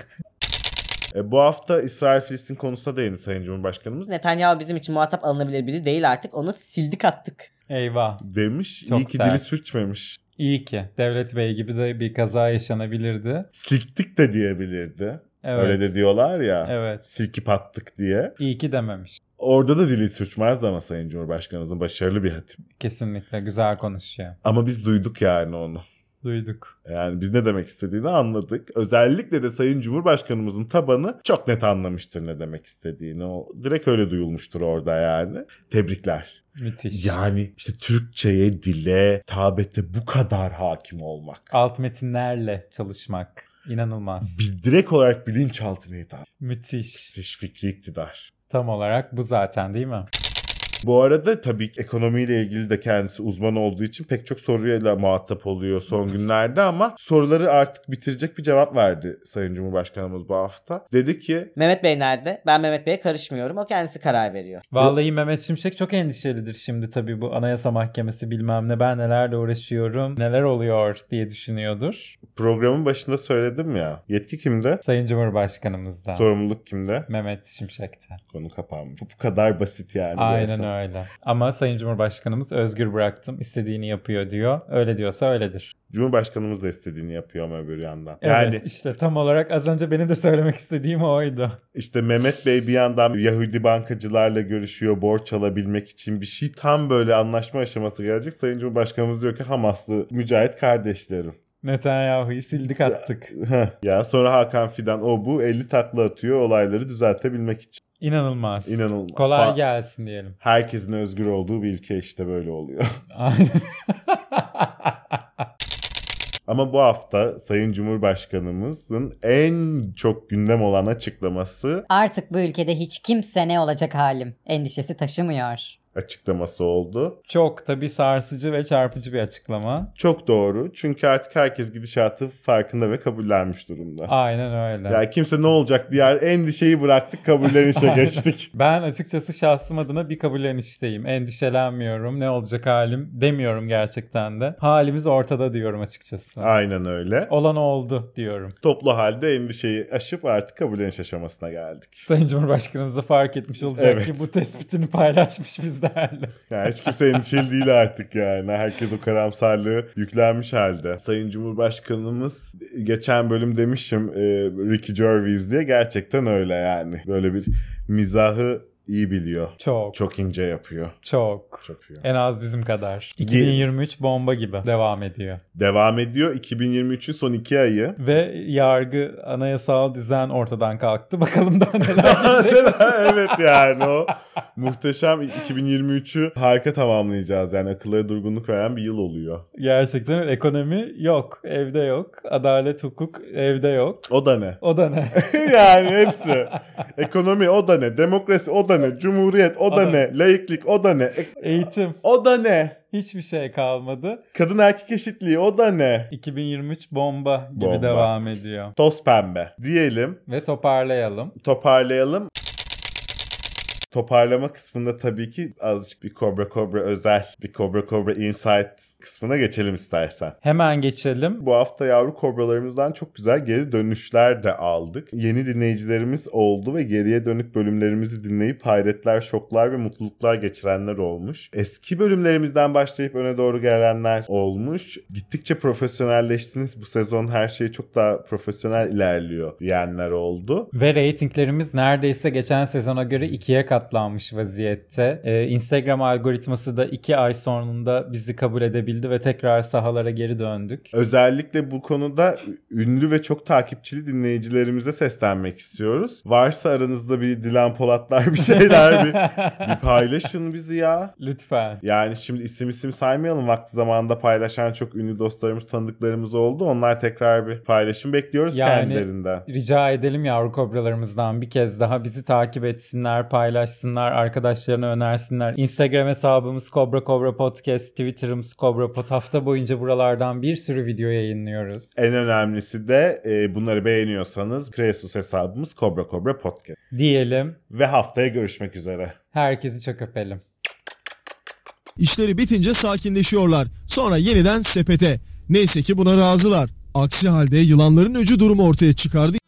e, bu hafta İsrail-Filistin konusuna değindi Sayın Cumhurbaşkanımız. Netanyahu bizim için muhatap alınabilir biri değil artık. Onu sildik attık. Eyvah. Demiş. Çok iyi ki sert. dili sürçmemiş. İyi ki. Devlet Bey gibi de bir kaza yaşanabilirdi. Silktik de diyebilirdi. Evet. Öyle de diyorlar ya. Evet. Silkip attık diye. İyi ki dememiş. Orada da dili sürçmez ama Sayın Cumhurbaşkanımızın başarılı bir hatip. Kesinlikle güzel konuşuyor. Ama biz duyduk yani onu. Duyduk. Yani biz ne demek istediğini anladık. Özellikle de Sayın Cumhurbaşkanımızın tabanı çok net anlamıştır ne demek istediğini. O direkt öyle duyulmuştur orada yani. Tebrikler. Müthiş. Yani işte Türkçe'ye, dile, tabete bu kadar hakim olmak. Alt metinlerle çalışmak. İnanılmaz. Bir, direkt olarak bilinçaltına hitap. Müthiş. Müthiş fikri iktidar. Tam olarak bu zaten değil mi? Bu arada tabii ekonomiyle ilgili de kendisi uzman olduğu için pek çok soruyla muhatap oluyor son günlerde ama soruları artık bitirecek bir cevap verdi Sayın Cumhurbaşkanımız bu hafta. Dedi ki Mehmet Bey nerede? Ben Mehmet Bey'e karışmıyorum. O kendisi karar veriyor. Vallahi Mehmet Şimşek çok endişelidir şimdi tabii bu Anayasa Mahkemesi bilmem ne ben nelerle uğraşıyorum neler oluyor diye düşünüyordur. programın başında söyledim ya, yetki kimde? Sayın Cumhurbaşkanımızda. Sorumluluk kimde? Mehmet Şimşek'te. Konu kapanmış. Bu, bu kadar basit yani. Aynen öyle. Ama Sayın Cumhurbaşkanımız özgür bıraktım istediğini yapıyor diyor. Öyle diyorsa öyledir. Cumhurbaşkanımız da istediğini yapıyor ama öbür yandan. Evet Yani işte tam olarak az önce benim de söylemek istediğim oydu. işte Mehmet Bey bir yandan Yahudi bankacılarla görüşüyor borç alabilmek için bir şey tam böyle anlaşma aşaması gelecek. Sayın Cumhurbaşkanımız diyor ki Hamaslı mücahit kardeşlerim. Netanyahu'yu sildik attık. Ya sonra Hakan Fidan o bu elli takla atıyor olayları düzeltebilmek için. İnanılmaz. İnanılmaz. Kolay Fa- gelsin diyelim. Herkesin özgür olduğu bir ülke işte böyle oluyor. Aynen. Ama bu hafta Sayın Cumhurbaşkanımızın en çok gündem olan açıklaması Artık bu ülkede hiç kimse ne olacak halim endişesi taşımıyor. açıklaması oldu. Çok tabii sarsıcı ve çarpıcı bir açıklama. Çok doğru. Çünkü artık herkes gidişatı farkında ve kabullenmiş durumda. Aynen öyle. Yani kimse ne olacak diye endişeyi bıraktık, kabullenişe geçtik. Ben açıkçası şahsım adına bir kabullenişteyim. Endişelenmiyorum. Ne olacak halim demiyorum gerçekten de. Halimiz ortada diyorum açıkçası. Aynen öyle. Olan oldu diyorum. Toplu halde endişeyi aşıp artık kabulleniş aşamasına geldik. Sayın Cumhurbaşkanımız da fark etmiş olacak Evet. ki bu tespitini paylaşmış bizlerle. Yani hiç kimse endişeli değil artık yani. Herkes o karamsarlığı yüklenmiş halde. Sayın Cumhurbaşkanımız geçen bölüm demişim e, Ricky Gervais diye, gerçekten öyle yani. Böyle bir mizahı iyi biliyor. Çok. Çok ince yapıyor. Çok. Çok iyi. En az bizim kadar. iki bin yirmi üç bomba gibi devam ediyor. Devam ediyor. iki bin yirmi üçün son iki ayı. Ve yargı, anayasal düzen ortadan kalktı. Bakalım daha neler gelecek. Evet yani o muhteşem iki bin yirmi üçü harika tamamlayacağız. Yani akıllara durgunluk veren bir yıl oluyor. Gerçekten ekonomi yok. Evde yok. Adalet, hukuk evde yok. O da ne? O da ne? Yani hepsi. Ekonomi o da ne? Demokrasi o da ne? Cumhuriyet o da O da ne? Laiklik o da ne? E- Eğitim. O da ne? Hiçbir şey kalmadı. Kadın erkek eşitliği o da ne? iki bin yirmi üç bomba gibi Bomba. devam ediyor. Toz pembe diyelim. Ve toparlayalım. Toparlayalım. Toparlama kısmında tabii ki azıcık bir Kobra Kobra özel, bir Kobra Kobra Insight kısmına geçelim istersen. Hemen geçelim. Bu hafta yavru kobralarımızdan çok güzel geri dönüşler de aldık. Yeni dinleyicilerimiz oldu ve geriye dönük bölümlerimizi dinleyip hayretler, şoklar ve mutluluklar geçirenler olmuş. Eski bölümlerimizden başlayıp öne doğru gelenler olmuş. Gittikçe profesyonelleştiniz. Bu sezon her şey çok daha profesyonel ilerliyor diyenler oldu. Ve reytinglerimiz neredeyse geçen sezona göre ikiye katlanmış vaziyette. Ee, Instagram algoritması da iki ay sonunda bizi kabul edebildi ve tekrar sahalara geri döndük. Özellikle bu konuda ünlü ve çok takipçili dinleyicilerimize seslenmek istiyoruz. Varsa aranızda bir Dilan Polatlar bir şeyler bir, bir paylaşın bizi ya. Lütfen. Yani şimdi isim isim saymayalım. Vakti zamanında paylaşan çok ünlü dostlarımız, tanıdıklarımız oldu. Onlar tekrar bir paylaşım bekliyoruz Yani kendilerinden. Rica edelim yavru kobralarımızdan bir kez daha bizi takip etsinler, paylaşsınlar, arkadaşlarına önersinler. Instagram hesabımız Kobra Kobra Podcast, Twitter'ımız Kobra Pod. Hafta boyunca buralardan bir sürü video yayınlıyoruz. En önemlisi de e, bunları beğeniyorsanız Kreasus hesabımız Kobra Kobra Podcast. Diyelim. Ve haftaya görüşmek üzere. Herkesi çok öpelim. İşleri bitince sakinleşiyorlar. Sonra yeniden sepete. Neyse ki buna razılar. Aksi halde yılanların öcü durumu ortaya çıkardı.